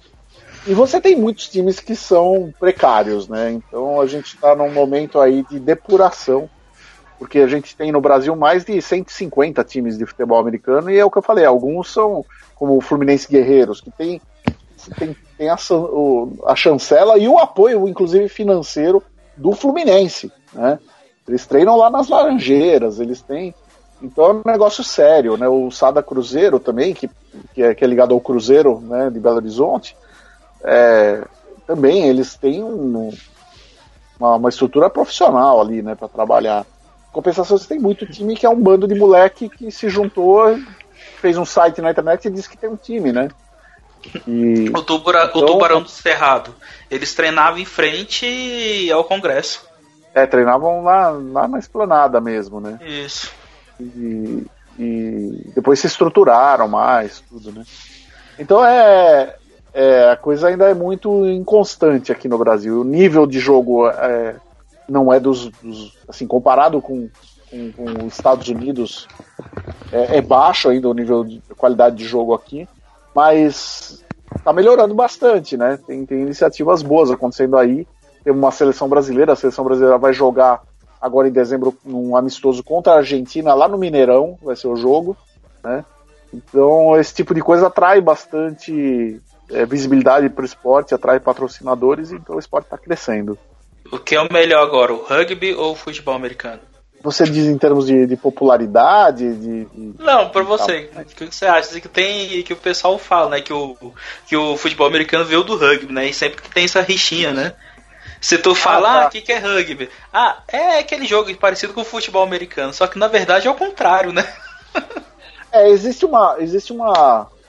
E você tem muitos times que são precários, né? Então a gente está num momento aí de depuração, porque a gente tem no Brasil mais de cento e cinquenta times de futebol americano, e é o que eu falei, alguns são como o Fluminense Guerreiros, que tem... Tem, tem a, a chancela e o apoio, inclusive financeiro, do Fluminense, né? Eles treinam lá nas Laranjeiras, eles têm... Então é um negócio sério, né? O Sada Cruzeiro também, que, que, é, que é ligado ao Cruzeiro, né, de Belo Horizonte, é, também eles têm um, uma, uma estrutura profissional ali, né, para trabalhar. Em compensação, você tem muito time que é um bando de moleque que se juntou, fez um site na internet e disse que tem um time, né? E, o, tubura, então, o Tubarão do Cerrado, eles treinavam em frente ao Congresso. É, treinavam lá, lá na esplanada mesmo, né? Isso. E, e depois se estruturaram mais, tudo, né? Então é, é, a coisa ainda é muito inconstante aqui no Brasil. O nível de jogo é, não é dos, dos assim, comparado com, com, com os Estados Unidos, é, é baixo ainda o nível de qualidade de jogo aqui. Mas tá melhorando bastante, né? Tem, tem iniciativas boas acontecendo aí. Tem uma seleção brasileira, a seleção brasileira vai jogar agora em dezembro um amistoso contra a Argentina lá no Mineirão, vai ser o jogo, né? Então esse tipo de coisa atrai bastante é, visibilidade para o esporte, atrai patrocinadores, então o esporte está crescendo. O que é o melhor agora, o rugby ou o futebol americano? Você diz em termos de, de popularidade? De, de, Não, pra você. O que você acha? Que tem, que o pessoal fala, né? Que o, que o futebol americano veio do rugby, né? E sempre que tem essa rixinha, né? Se tu falar, ah, tá. o que, que é rugby? Ah, é aquele jogo parecido com o futebol americano, só que na verdade é o contrário, né? É, existe uma, existe uma,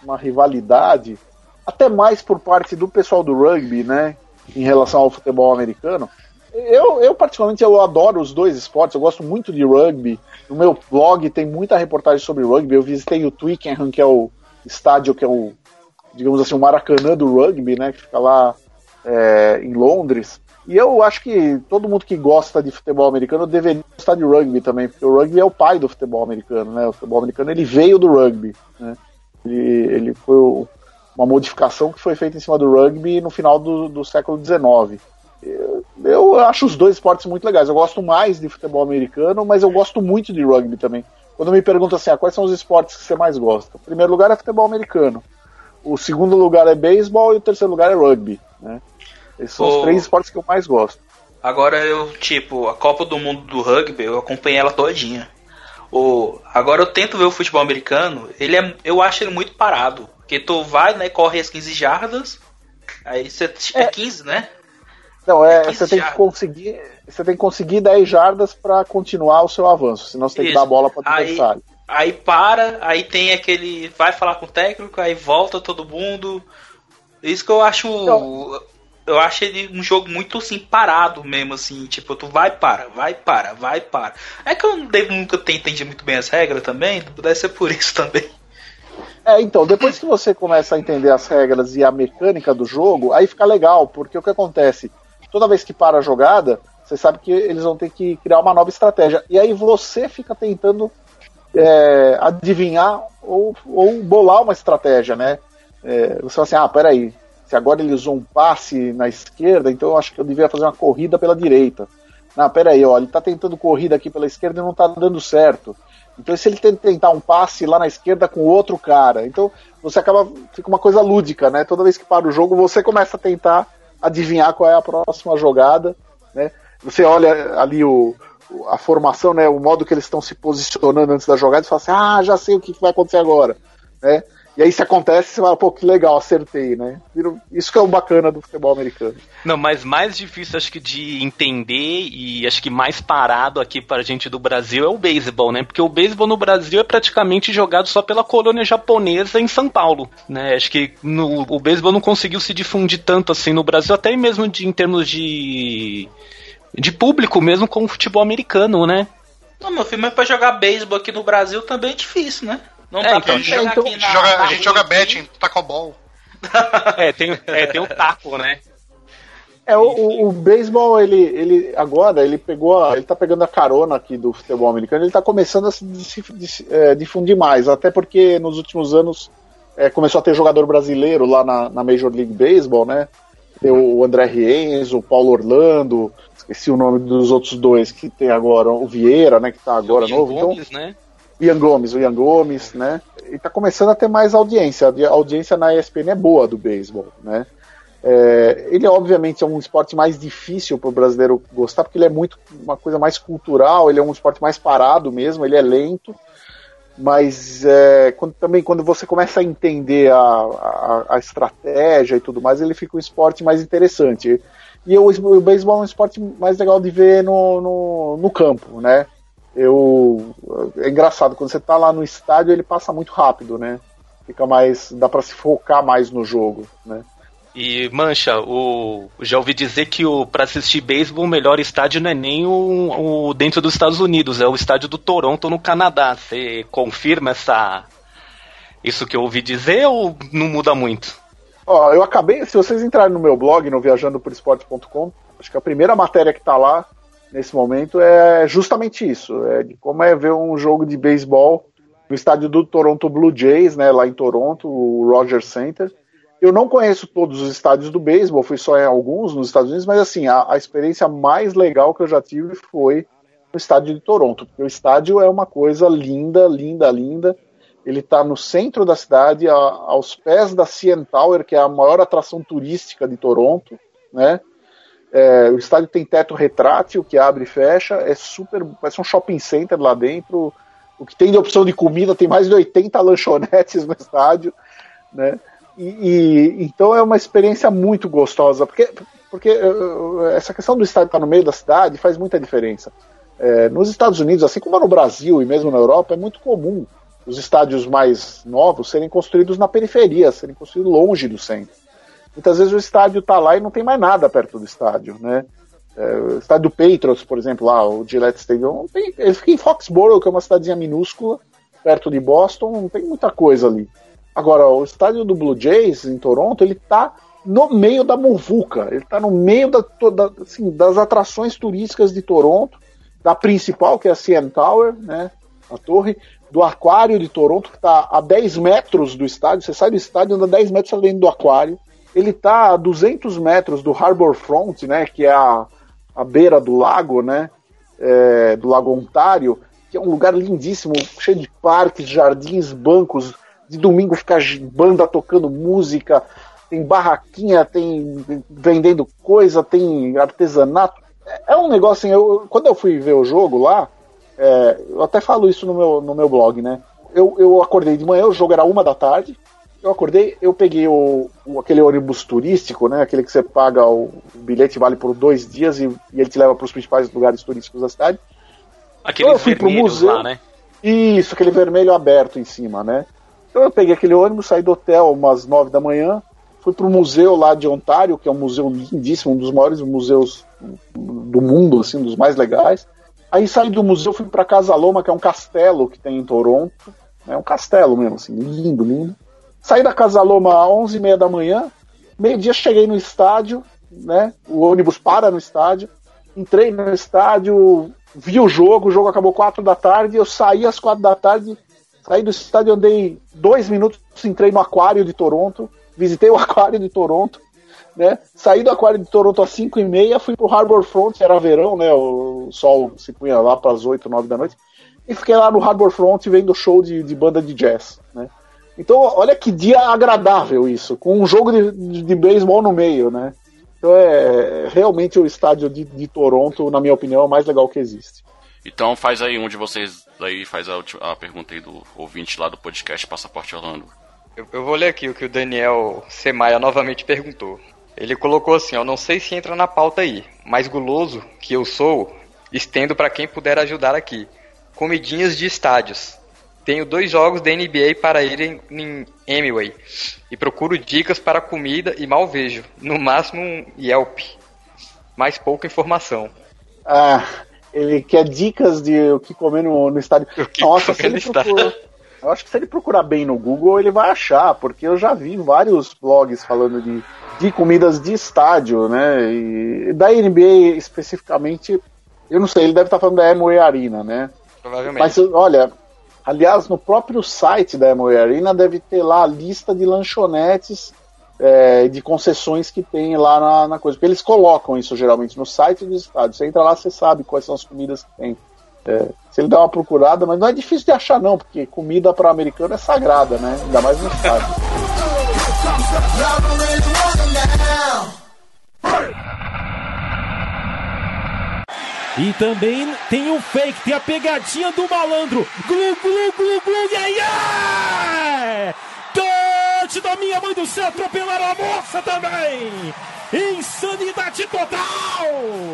uma rivalidade, até mais por parte do pessoal do rugby, né, em relação ao futebol americano. Eu, eu particularmente, eu adoro os dois esportes, eu gosto muito de rugby. No meu blog tem muita reportagem sobre rugby. Eu visitei o Twickenham, que é o estádio, que é o, digamos assim, o Maracanã do rugby, né, que fica lá é, em Londres. E eu acho que todo mundo que gosta de futebol americano deveria gostar de rugby também, porque o rugby é o pai do futebol americano, né? O futebol americano, ele veio do rugby, né? Ele, ele foi uma modificação que foi feita em cima do rugby no final do, do século dezenove. Eu, eu acho os dois esportes muito legais. Eu gosto mais de futebol americano, mas eu gosto muito de rugby também. Quando me perguntam assim, ah, quais são os esportes que você mais gosta? O primeiro lugar é futebol americano, o segundo lugar é beisebol e o terceiro lugar é rugby, né? Esses são oh. os três esportes que eu mais gosto. Agora eu, tipo, a Copa do Mundo do Rugby, eu acompanhei ela todinha. O, agora eu tento ver o futebol americano, ele é, eu acho ele muito parado. Porque tu vai, né, corre as quinze jardas, aí você é, é quinze, né? Não, é, é você tem jardas. que conseguir, você tem que conseguir dez jardas para continuar o seu avanço, senão você tem Isso. que dar a bola para o adversário. Aí para, aí tem aquele, vai falar com o técnico, aí volta todo mundo. Isso que eu acho, então, eu acho ele um jogo muito assim, parado mesmo, assim, tipo, tu vai para, vai para, vai para. É que eu nunca tenho entendido muito bem as regras também, deve ser por isso também. É, então, depois que você começa a entender as regras e a mecânica do jogo, aí fica legal, porque o que acontece? Toda vez que para a jogada, você sabe que eles vão ter que criar uma nova estratégia. E aí você fica tentando é, adivinhar ou, ou bolar uma estratégia, né? É, você fala assim, ah, peraí, se agora ele usou um passe na esquerda, então eu acho que eu devia fazer uma corrida pela direita. Não, peraí, ó, ele tá tentando corrida aqui pela esquerda e não tá dando certo. Então se ele tentar um passe lá na esquerda com outro cara, então você acaba, fica uma coisa lúdica, né? Toda vez que para o jogo, você começa a tentar adivinhar qual é a próxima jogada, né? Você olha ali o, a formação, né? O modo que eles estão se posicionando antes da jogada e fala assim, ah, já sei o que vai acontecer agora, né? E aí se acontece, você fala, pô, que legal, acertei, né? Isso que é o bacana do futebol americano. Não, mas mais difícil, acho que, de entender e acho que mais parado aqui pra gente do Brasil é o beisebol, né? Porque o beisebol no Brasil é praticamente jogado só pela colônia japonesa em São Paulo, né? Acho que no, o beisebol não conseguiu se difundir tanto assim no Brasil, até mesmo de, em termos de, de público mesmo com o futebol americano, né? Não, meu filho, mas pra jogar beisebol aqui no Brasil também é difícil, né? Não é, dá então, pra jogar então, aqui a na, joga, na a gente joga betting, tacobol. É, tem, é, tem o taco, né? É, o, o, o beisebol, ele, ele agora, ele pegou, a, ele tá pegando a carona aqui do futebol americano, ele tá começando a se, se, se é, difundir mais, até porque nos últimos anos é, começou a ter jogador brasileiro lá na, na Major League Baseball, né? Tem o André Rienzo, o Paulo Orlando, esqueci o nome dos outros dois que tem agora, o Vieira, né, que tá agora o Ian novo. Gomes, então, né? Ian Gomes, o Ian Gomes, né? E tá começando a ter mais audiência. A audiência na E S P N é boa do beisebol, né? É, ele obviamente é um esporte mais difícil para o brasileiro gostar, porque ele é muito uma coisa mais cultural, ele é um esporte mais parado mesmo, ele é lento, mas é, quando, também quando você começa a entender a, a, a estratégia e tudo mais, ele fica um esporte mais interessante. E o, o beisebol é um esporte mais legal de ver no, no, no campo, né? Eu, é engraçado, quando você tá lá no estádio ele passa muito rápido, né? Fica mais, dá pra se focar mais no jogo, né? E Mancha, o, já ouvi dizer que o, pra assistir beisebol o melhor estádio não é nem o, o dentro dos Estados Unidos, é o estádio do Toronto no Canadá. Você confirma essa, isso que eu ouvi dizer ou não muda muito? Ó, eu acabei, se vocês entrarem no meu blog, no viajando por esporte ponto com, acho que a primeira matéria que tá lá nesse momento é justamente isso, é de como é ver um jogo de beisebol no estádio do Toronto Blue Jays, né, lá em Toronto, o Rogers Center. Eu não conheço todos os estádios do beisebol, fui só em alguns nos Estados Unidos, mas assim, a, a experiência mais legal que eu já tive foi no estádio de Toronto, porque o estádio é uma coisa linda, linda, linda. Ele está no centro da cidade, a, aos pés da C N Tower, que é a maior atração turística de Toronto, né? É, o estádio tem teto retrátil que abre e fecha, é super, parece um shopping center lá dentro. O que tem de opção de comida, tem mais de oitenta lanchonetes no estádio, né? E, e então é uma experiência muito gostosa, porque, porque uh, essa questão do estádio estar no meio da cidade faz muita diferença. É, nos Estados Unidos, assim como no Brasil e mesmo na Europa, é muito comum os estádios mais novos serem construídos na periferia, serem construídos longe do centro. Muitas vezes o estádio está lá e não tem mais nada perto do estádio, né? É, o estádio do Patriots, por exemplo, lá, o Gillette Stadium, tem, ele fica em Foxborough, que é uma cidadezinha minúscula, perto de Boston, não tem muita coisa ali. Agora, o estádio do Blue Jays, em Toronto, ele está no meio da muvuca, ele está no meio da, da, assim, das atrações turísticas de Toronto, da principal, que é a C N Tower, né, a torre, do aquário de Toronto, que está a dez metros do estádio, você sai do estádio, anda dez metros dentro do aquário, ele está a duzentos metros do Harbour Front, né, que é a à beira do lago, né, é, do Lago Ontário, que é um lugar lindíssimo, cheio de parques, jardins, bancos, de domingo fica banda tocando música, tem barraquinha, tem vendendo coisa, tem artesanato, é um negócio assim, eu, quando eu fui ver o jogo lá, é, eu até falo isso no meu, no meu blog, né, eu, eu acordei de manhã, o jogo era uma da tarde, eu acordei, eu peguei o, o, aquele ônibus turístico, né, aquele que você paga o, o bilhete, vale por dois dias e, e ele te leva para os principais lugares turísticos da cidade. Aquele então eu fui pro museu, lá, né? Isso, aquele vermelho aberto em cima, né? Então eu peguei aquele ônibus, saí do hotel umas nove da manhã, fui pro museu lá de Ontário, que é um museu lindíssimo, um dos maiores museus do mundo, assim, um dos mais legais. Aí saí do museu, fui para Casa Loma, que é um castelo que tem em Toronto, é um castelo mesmo, assim, lindo, lindo. Saí da Casa Loma às onze e meia da manhã, meio-dia cheguei no estádio, né? O ônibus para no estádio, entrei no estádio, vi o jogo, o jogo acabou quatro da tarde, eu saí às quatro da tarde, saí do estádio, andei dois minutos, entrei no aquário de Toronto, visitei o aquário de Toronto, né? Saí do aquário de Toronto às cinco e meia, fui pro Harbour Front, era verão, né? O sol se punha lá para as oito, nove da noite, e fiquei lá no Harbour Front vendo show de, de banda de jazz, né? Então, olha que dia agradável isso, com um jogo de, de, de beisebol no meio, né? Então, é realmente o estádio de, de Toronto, na minha opinião, é o mais legal que existe. Então, faz aí um de vocês, aí faz a, a pergunta aí do ouvinte lá do podcast Passaporte Orlando. Eu, eu vou ler aqui o que o Daniel Semaia novamente perguntou. Ele colocou assim, ó, não sei se entra na pauta aí, mas guloso que eu sou, estendo para quem puder ajudar aqui. Comidinhas de estádios. Tenho dois jogos da N B A para ir em, em Amway e procuro dicas para comida e mal vejo. No máximo um Yelp. Mais pouca informação. Ah, ele quer dicas de o que comer no, no estádio. Nossa, se ele procura, eu acho que se ele procurar bem no Google, ele vai achar, porque eu já vi vários blogs falando de, de comidas de estádio, né? E da N B A especificamente, eu não sei, ele deve estar falando da Amway Arena, né? Provavelmente. Mas, olha... Aliás, no próprio site da Amway Arena deve ter lá a lista de lanchonetes, é, de concessões que tem lá na, na coisa. Porque eles colocam isso geralmente no site do estádio. Você entra lá, você sabe quais são as comidas que tem. É, se ele der uma procurada, mas não é difícil de achar não, porque comida para americano é sagrada, né? Ainda mais no estádio. E também tem o fake, tem a pegadinha do malandro. Glu, glu, glu, glu, yeah, yeah! Touch da minha mãe do céu, atropelaram a moça também! Insanidade total!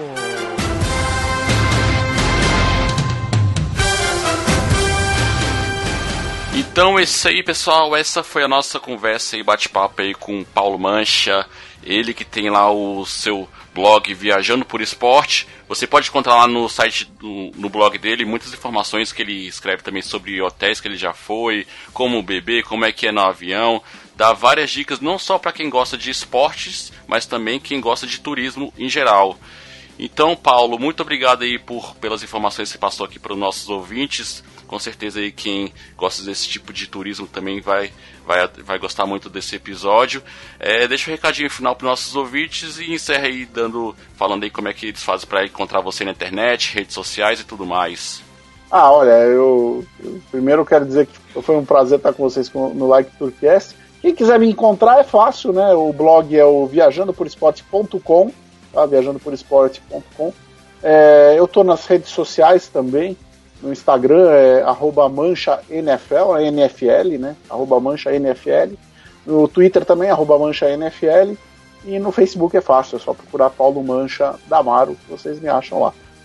Então é isso aí, pessoal, essa foi a nossa conversa e bate-papo aí com o Paulo Mancha, ele que tem lá o seu blog Viajando por Esporte. Você pode encontrar lá no site, do, no blog dele, muitas informações que ele escreve também sobre hotéis que ele já foi, como beber, como é que é no avião, dá várias dicas não só para quem gosta de esportes, mas também quem gosta de turismo em geral. Então, Paulo, muito obrigado aí por, pelas informações que você passou aqui para os nossos ouvintes. Com certeza aí quem gosta desse tipo de turismo também vai, vai, vai gostar muito desse episódio. É, deixa um recadinho final para os nossos ouvintes e encerra aí dando, falando aí como é que eles fazem para encontrar você na internet, redes sociais e tudo mais. Ah, olha, eu, eu primeiro quero dizer que foi um prazer estar com vocês no Like Tourcast. Quem quiser me encontrar é fácil, né? O blog é o viajando por esporte ponto com, tá? viajando por esporte ponto com. É, eu estou nas redes sociais também. No Instagram é arroba mancha N F L, é N F L, né? Arroba mancha N F L. No Twitter também, arroba mancha N F L. E no Facebook é fácil, é só procurar Paulo Mancha Damaro, que vocês me acham lá.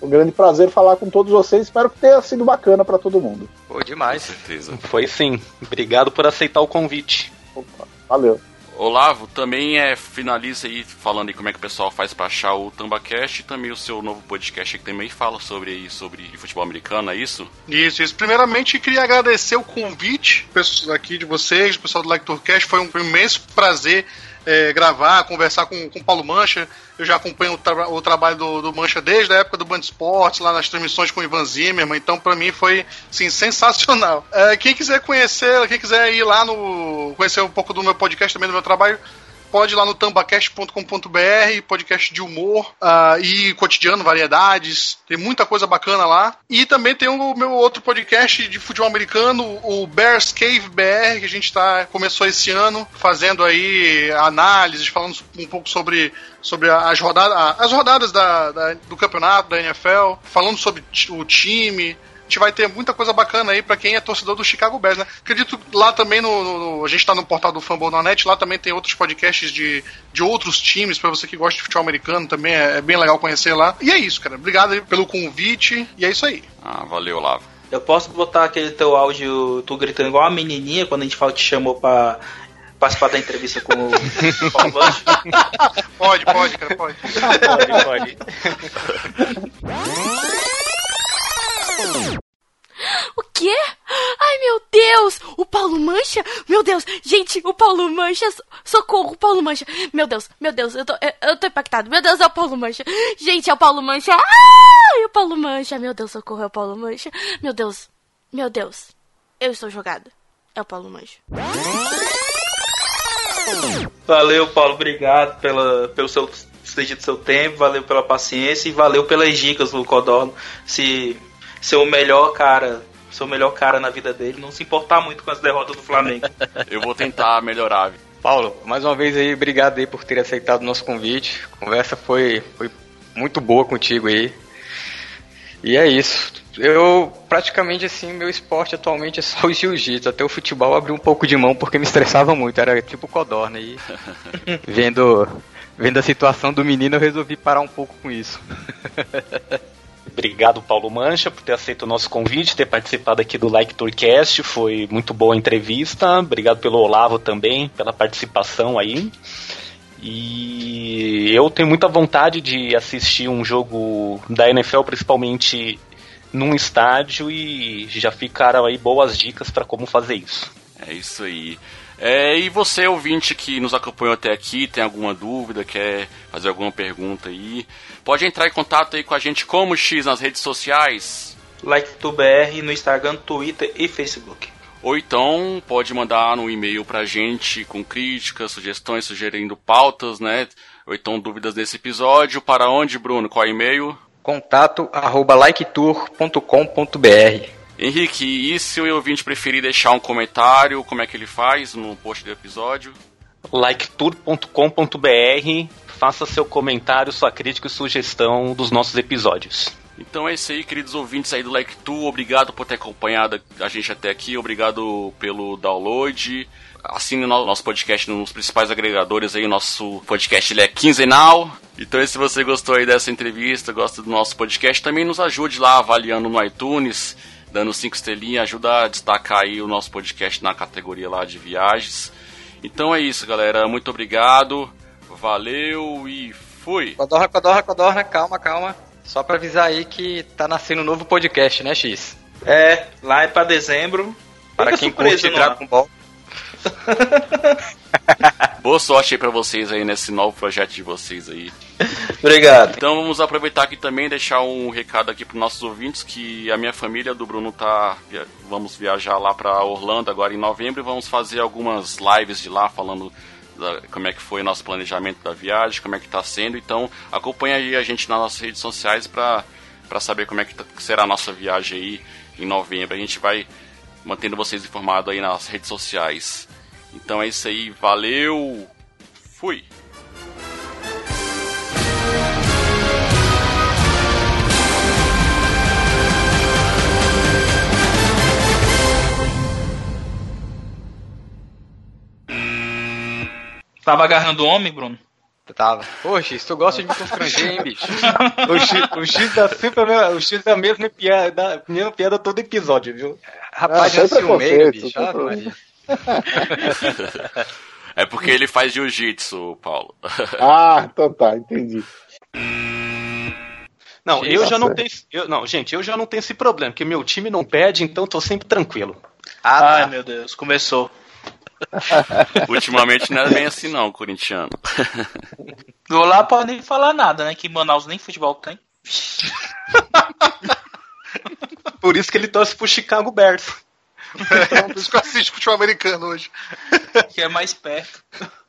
Foi um grande prazer falar com todos vocês. Espero que tenha sido bacana para todo mundo. Foi demais. Com certeza. Foi sim. Obrigado por aceitar o convite. Opa, valeu. Olavo, também é, finaliza aí falando aí como é que o pessoal faz pra achar o TambaCast e também o seu novo podcast que também fala sobre aí, sobre futebol americano, é isso? Isso, isso. Primeiramente, queria agradecer o convite pessoal aqui de vocês, o pessoal do Like Tourcast. Foi um, foi um imenso prazer é, gravar, conversar com, com o Paulo Mancha. Eu já acompanho o, tra- o trabalho do, do Mancha desde a época do Band Esportes, lá nas transmissões com o Ivan Zimmermann. Então, pra mim, foi assim, sensacional. É, quem quiser conhecer, quem quiser ir lá no... conhecer um pouco do meu podcast, também do meu trabalho, pode ir lá no tambacast ponto com ponto b r, podcast de humor uh, e cotidiano, variedades, tem muita coisa bacana lá. E também tem o meu outro podcast de futebol americano, o Bears Cave B R, que a gente tá, começou esse ano, fazendo aí análises, falando um pouco sobre, sobre as rodadas, as rodadas da, da, do campeonato, da N F L, falando sobre o time. A gente vai ter muita coisa bacana aí pra quem é torcedor do Chicago Bears, né? Acredito lá também no, no a gente tá no portal do Fumble na Net, lá também tem outros podcasts de, de outros times, pra você que gosta de futebol americano também, é, é bem legal conhecer lá. E é isso, cara. Obrigado aí pelo convite, e é isso aí. Ah, valeu, Olavo. Eu posso botar aquele teu áudio, tu gritando igual a menininha, quando a gente fala que te chamou pra participar da entrevista com o Paulo Mancha? Pode, pode, cara, pode. Pode, pode. O quê? Ai, meu Deus! O Paulo Mancha? Meu Deus! Gente, o Paulo Mancha! Socorro, o Paulo Mancha! Meu Deus, meu Deus, eu tô, eu, eu tô impactado. Meu Deus, é o Paulo Mancha! Gente, é o Paulo Mancha! Ai, o Paulo Mancha! Meu Deus, socorro, é o Paulo Mancha! Meu Deus, meu Deus! Eu estou jogada. É o Paulo Mancha. Valeu, Paulo, obrigado pela, pelo seu cedido do seu tempo, valeu pela paciência e valeu pelas dicas do Codorno. Se ser o melhor cara, ser o melhor cara na vida dele, não se importar muito com as derrotas do Flamengo. Eu vou tentar melhorar. Paulo, mais uma vez aí, obrigado aí por ter aceitado o nosso convite. A conversa foi, foi muito boa contigo aí. E é isso. Eu, praticamente assim, meu esporte atualmente é só o jiu-jitsu. Até o futebol abri um pouco de mão porque me estressava muito. Era tipo Codorna aí. vendo, vendo a situação do menino, eu resolvi parar um pouco com isso. Obrigado, Paulo Mancha, por ter aceito o nosso convite, ter participado aqui do Like Tourcast. Foi muito boa a entrevista. Obrigado pelo Olavo também, pela participação aí. E eu tenho muita vontade de assistir um jogo da N F L, principalmente num estádio, e já ficaram aí boas dicas para como fazer isso. É isso aí. É, e você, ouvinte que nos acompanhou até aqui, tem alguma dúvida, quer fazer alguma pergunta aí, pode entrar em contato aí com a gente como X nas redes sociais. LikeToBR no Instagram, Twitter e Facebook. Ou então pode mandar no e-mail pra gente com críticas, sugestões, sugerindo pautas, né? Ou então dúvidas desse episódio. Para onde, Bruno? Qual é o e-mail? Contato arroba liketour ponto com ponto b r. Henrique, e se o ouvinte preferir deixar um comentário, como é que ele faz no post do episódio? liketour ponto com ponto b r. Faça seu comentário, sua crítica e sugestão dos nossos episódios. Então é isso aí, queridos ouvintes aí do Like Tu. Obrigado por ter acompanhado a gente até aqui. Obrigado pelo download. Assine o nosso podcast nos principais agregadores aí. O nosso podcast ele é quinzenal. Então se você gostou aí dessa entrevista, gosta do nosso podcast, também nos ajude lá avaliando no iTunes, dando cinco estrelinhas. Ajuda a destacar aí o nosso podcast na categoria lá de viagens. Então é isso, galera. Muito obrigado. Valeu e fui. Codorna, Codorna, Codorna. Calma, calma. Só pra avisar aí que tá nascendo um novo podcast, né, X? É, lá é pra dezembro. Para quem curte Dragon Ball. Boa sorte aí pra vocês aí nesse novo projeto de vocês aí. Obrigado. Então vamos aproveitar aqui também e deixar um recado aqui pros nossos ouvintes que a minha família do Bruno tá... Vamos viajar lá pra Orlando agora em novembro e vamos fazer algumas lives de lá falando... como é que foi o nosso planejamento da viagem, como é que tá sendo. Então acompanha aí a gente nas nossas redes sociais pra, pra saber como é que, tá, que será a nossa viagem aí em novembro. A gente vai mantendo vocês informados aí nas redes sociais. Então é isso aí, valeu, fui! Tava agarrando o homem, Bruno? Tava. Poxa, tu gosta de me constranger, hein, bicho? O X, o X dá sempre a mesma, o X dá a mesma piada, a mesma piada todo episódio, viu? Rapaz, Ah, é sem ciumeiro, preconceito, bicho. sem Ave Maria. É porque ele faz jiu-jitsu, Paulo. Ah, então tá, entendi. Não, Gente, eu tá já não certo. tenho. Eu, não, gente, eu já não tenho esse problema, porque meu time não perde, então tô sempre tranquilo. Ah, Ai, meu Deus, começou. Ultimamente não é bem assim não, corintiano. Do lá pode nem falar nada, né? Que em Manaus nem futebol tem. Por isso que ele torce pro Chicago Bears. É, por isso que eu assisto futebol americano hoje. Que é mais perto.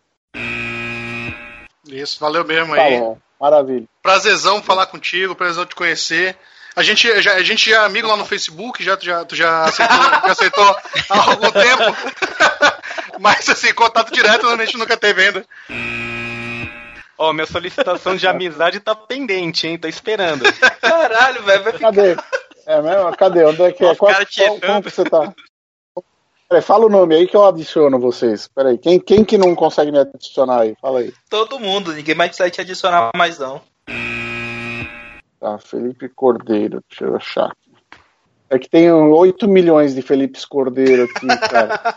Isso, valeu mesmo Tá aí. bom, maravilha. Prazerzão falar contigo, prazerzão te conhecer. A gente, já, a gente já é amigo lá no Facebook, já, tu já, tu já aceitou, já aceitou há algum tempo. Mas assim, contato direto a gente nunca teve ainda. Ó, minha solicitação de amizade tá pendente, hein? Tô esperando. Caralho, velho, vai ficar... Cadê? É mesmo? Cadê? Onde é que é? Qual, qual, como que você tá? Peraí, fala o nome aí que eu adiciono vocês. Peraí, quem, quem que não consegue me adicionar aí? Fala aí. Todo mundo, ninguém mais vai te adicionar mais não. Tá, Felipe Cordeiro, deixa eu achar aqui. É que tem oito milhões de Felipes Cordeiro aqui, cara.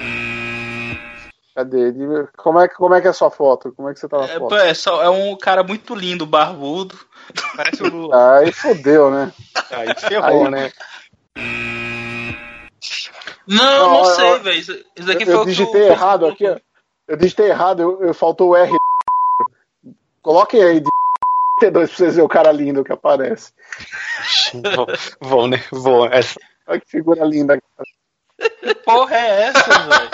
Cadê? Como é, que- como é que é a sua foto? Como é que você tá na É, foto? pô, é, só, é um cara muito lindo, barbudo. Parece o Lula. Aí fodeu, né? Aí ferrou, Aí- né? Não, não, Não, sei, eu- velho. Isso, isso aqui Eu, foi eu o que digitei o errado Facebook- aqui, ó. Eu digitei errado, eu, eu- faltou o R. Coloquem aí de trinta e dois pra vocês verem o cara lindo que aparece. Vou, vou, né? Vou. Essa... Olha que figura linda. Que porra é essa, velho?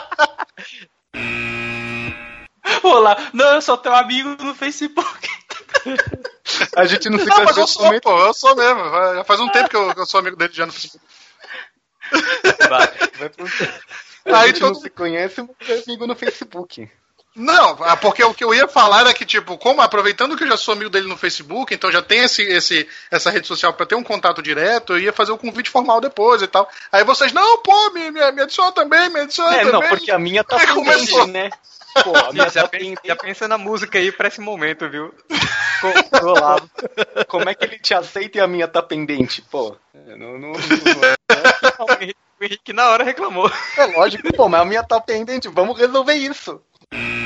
Olá, não, eu só tenho um amigo no Facebook. A gente não se Não, mas eu conheceu sou, somente- pô, eu sou mesmo. Já faz um tempo que eu, que eu sou amigo dele já no Facebook. Vai, vai pro... A Aí gente todo- não se conhece, mas é amigo no Facebook. Não, ah, porque o que eu ia falar era que, tipo, como aproveitando que eu já sou amigo dele no Facebook, então já tem esse, esse, essa rede social pra ter um contato direto, eu ia fazer um convite formal depois e tal. Aí vocês, não, pô, me, me, me adiciona também, me adiciona É, também. não, porque a minha tá Aí começou. pendente, né? Pô, a minha Já, tá pensa, pendente. já pensa na música aí pra esse momento, viu? Co- colado. Como é que ele te aceita e a minha tá pendente? Pô, é, não, não, não, não. O Henrique na hora reclamou. É lógico, pô, mas a minha tá pendente, vamos resolver isso.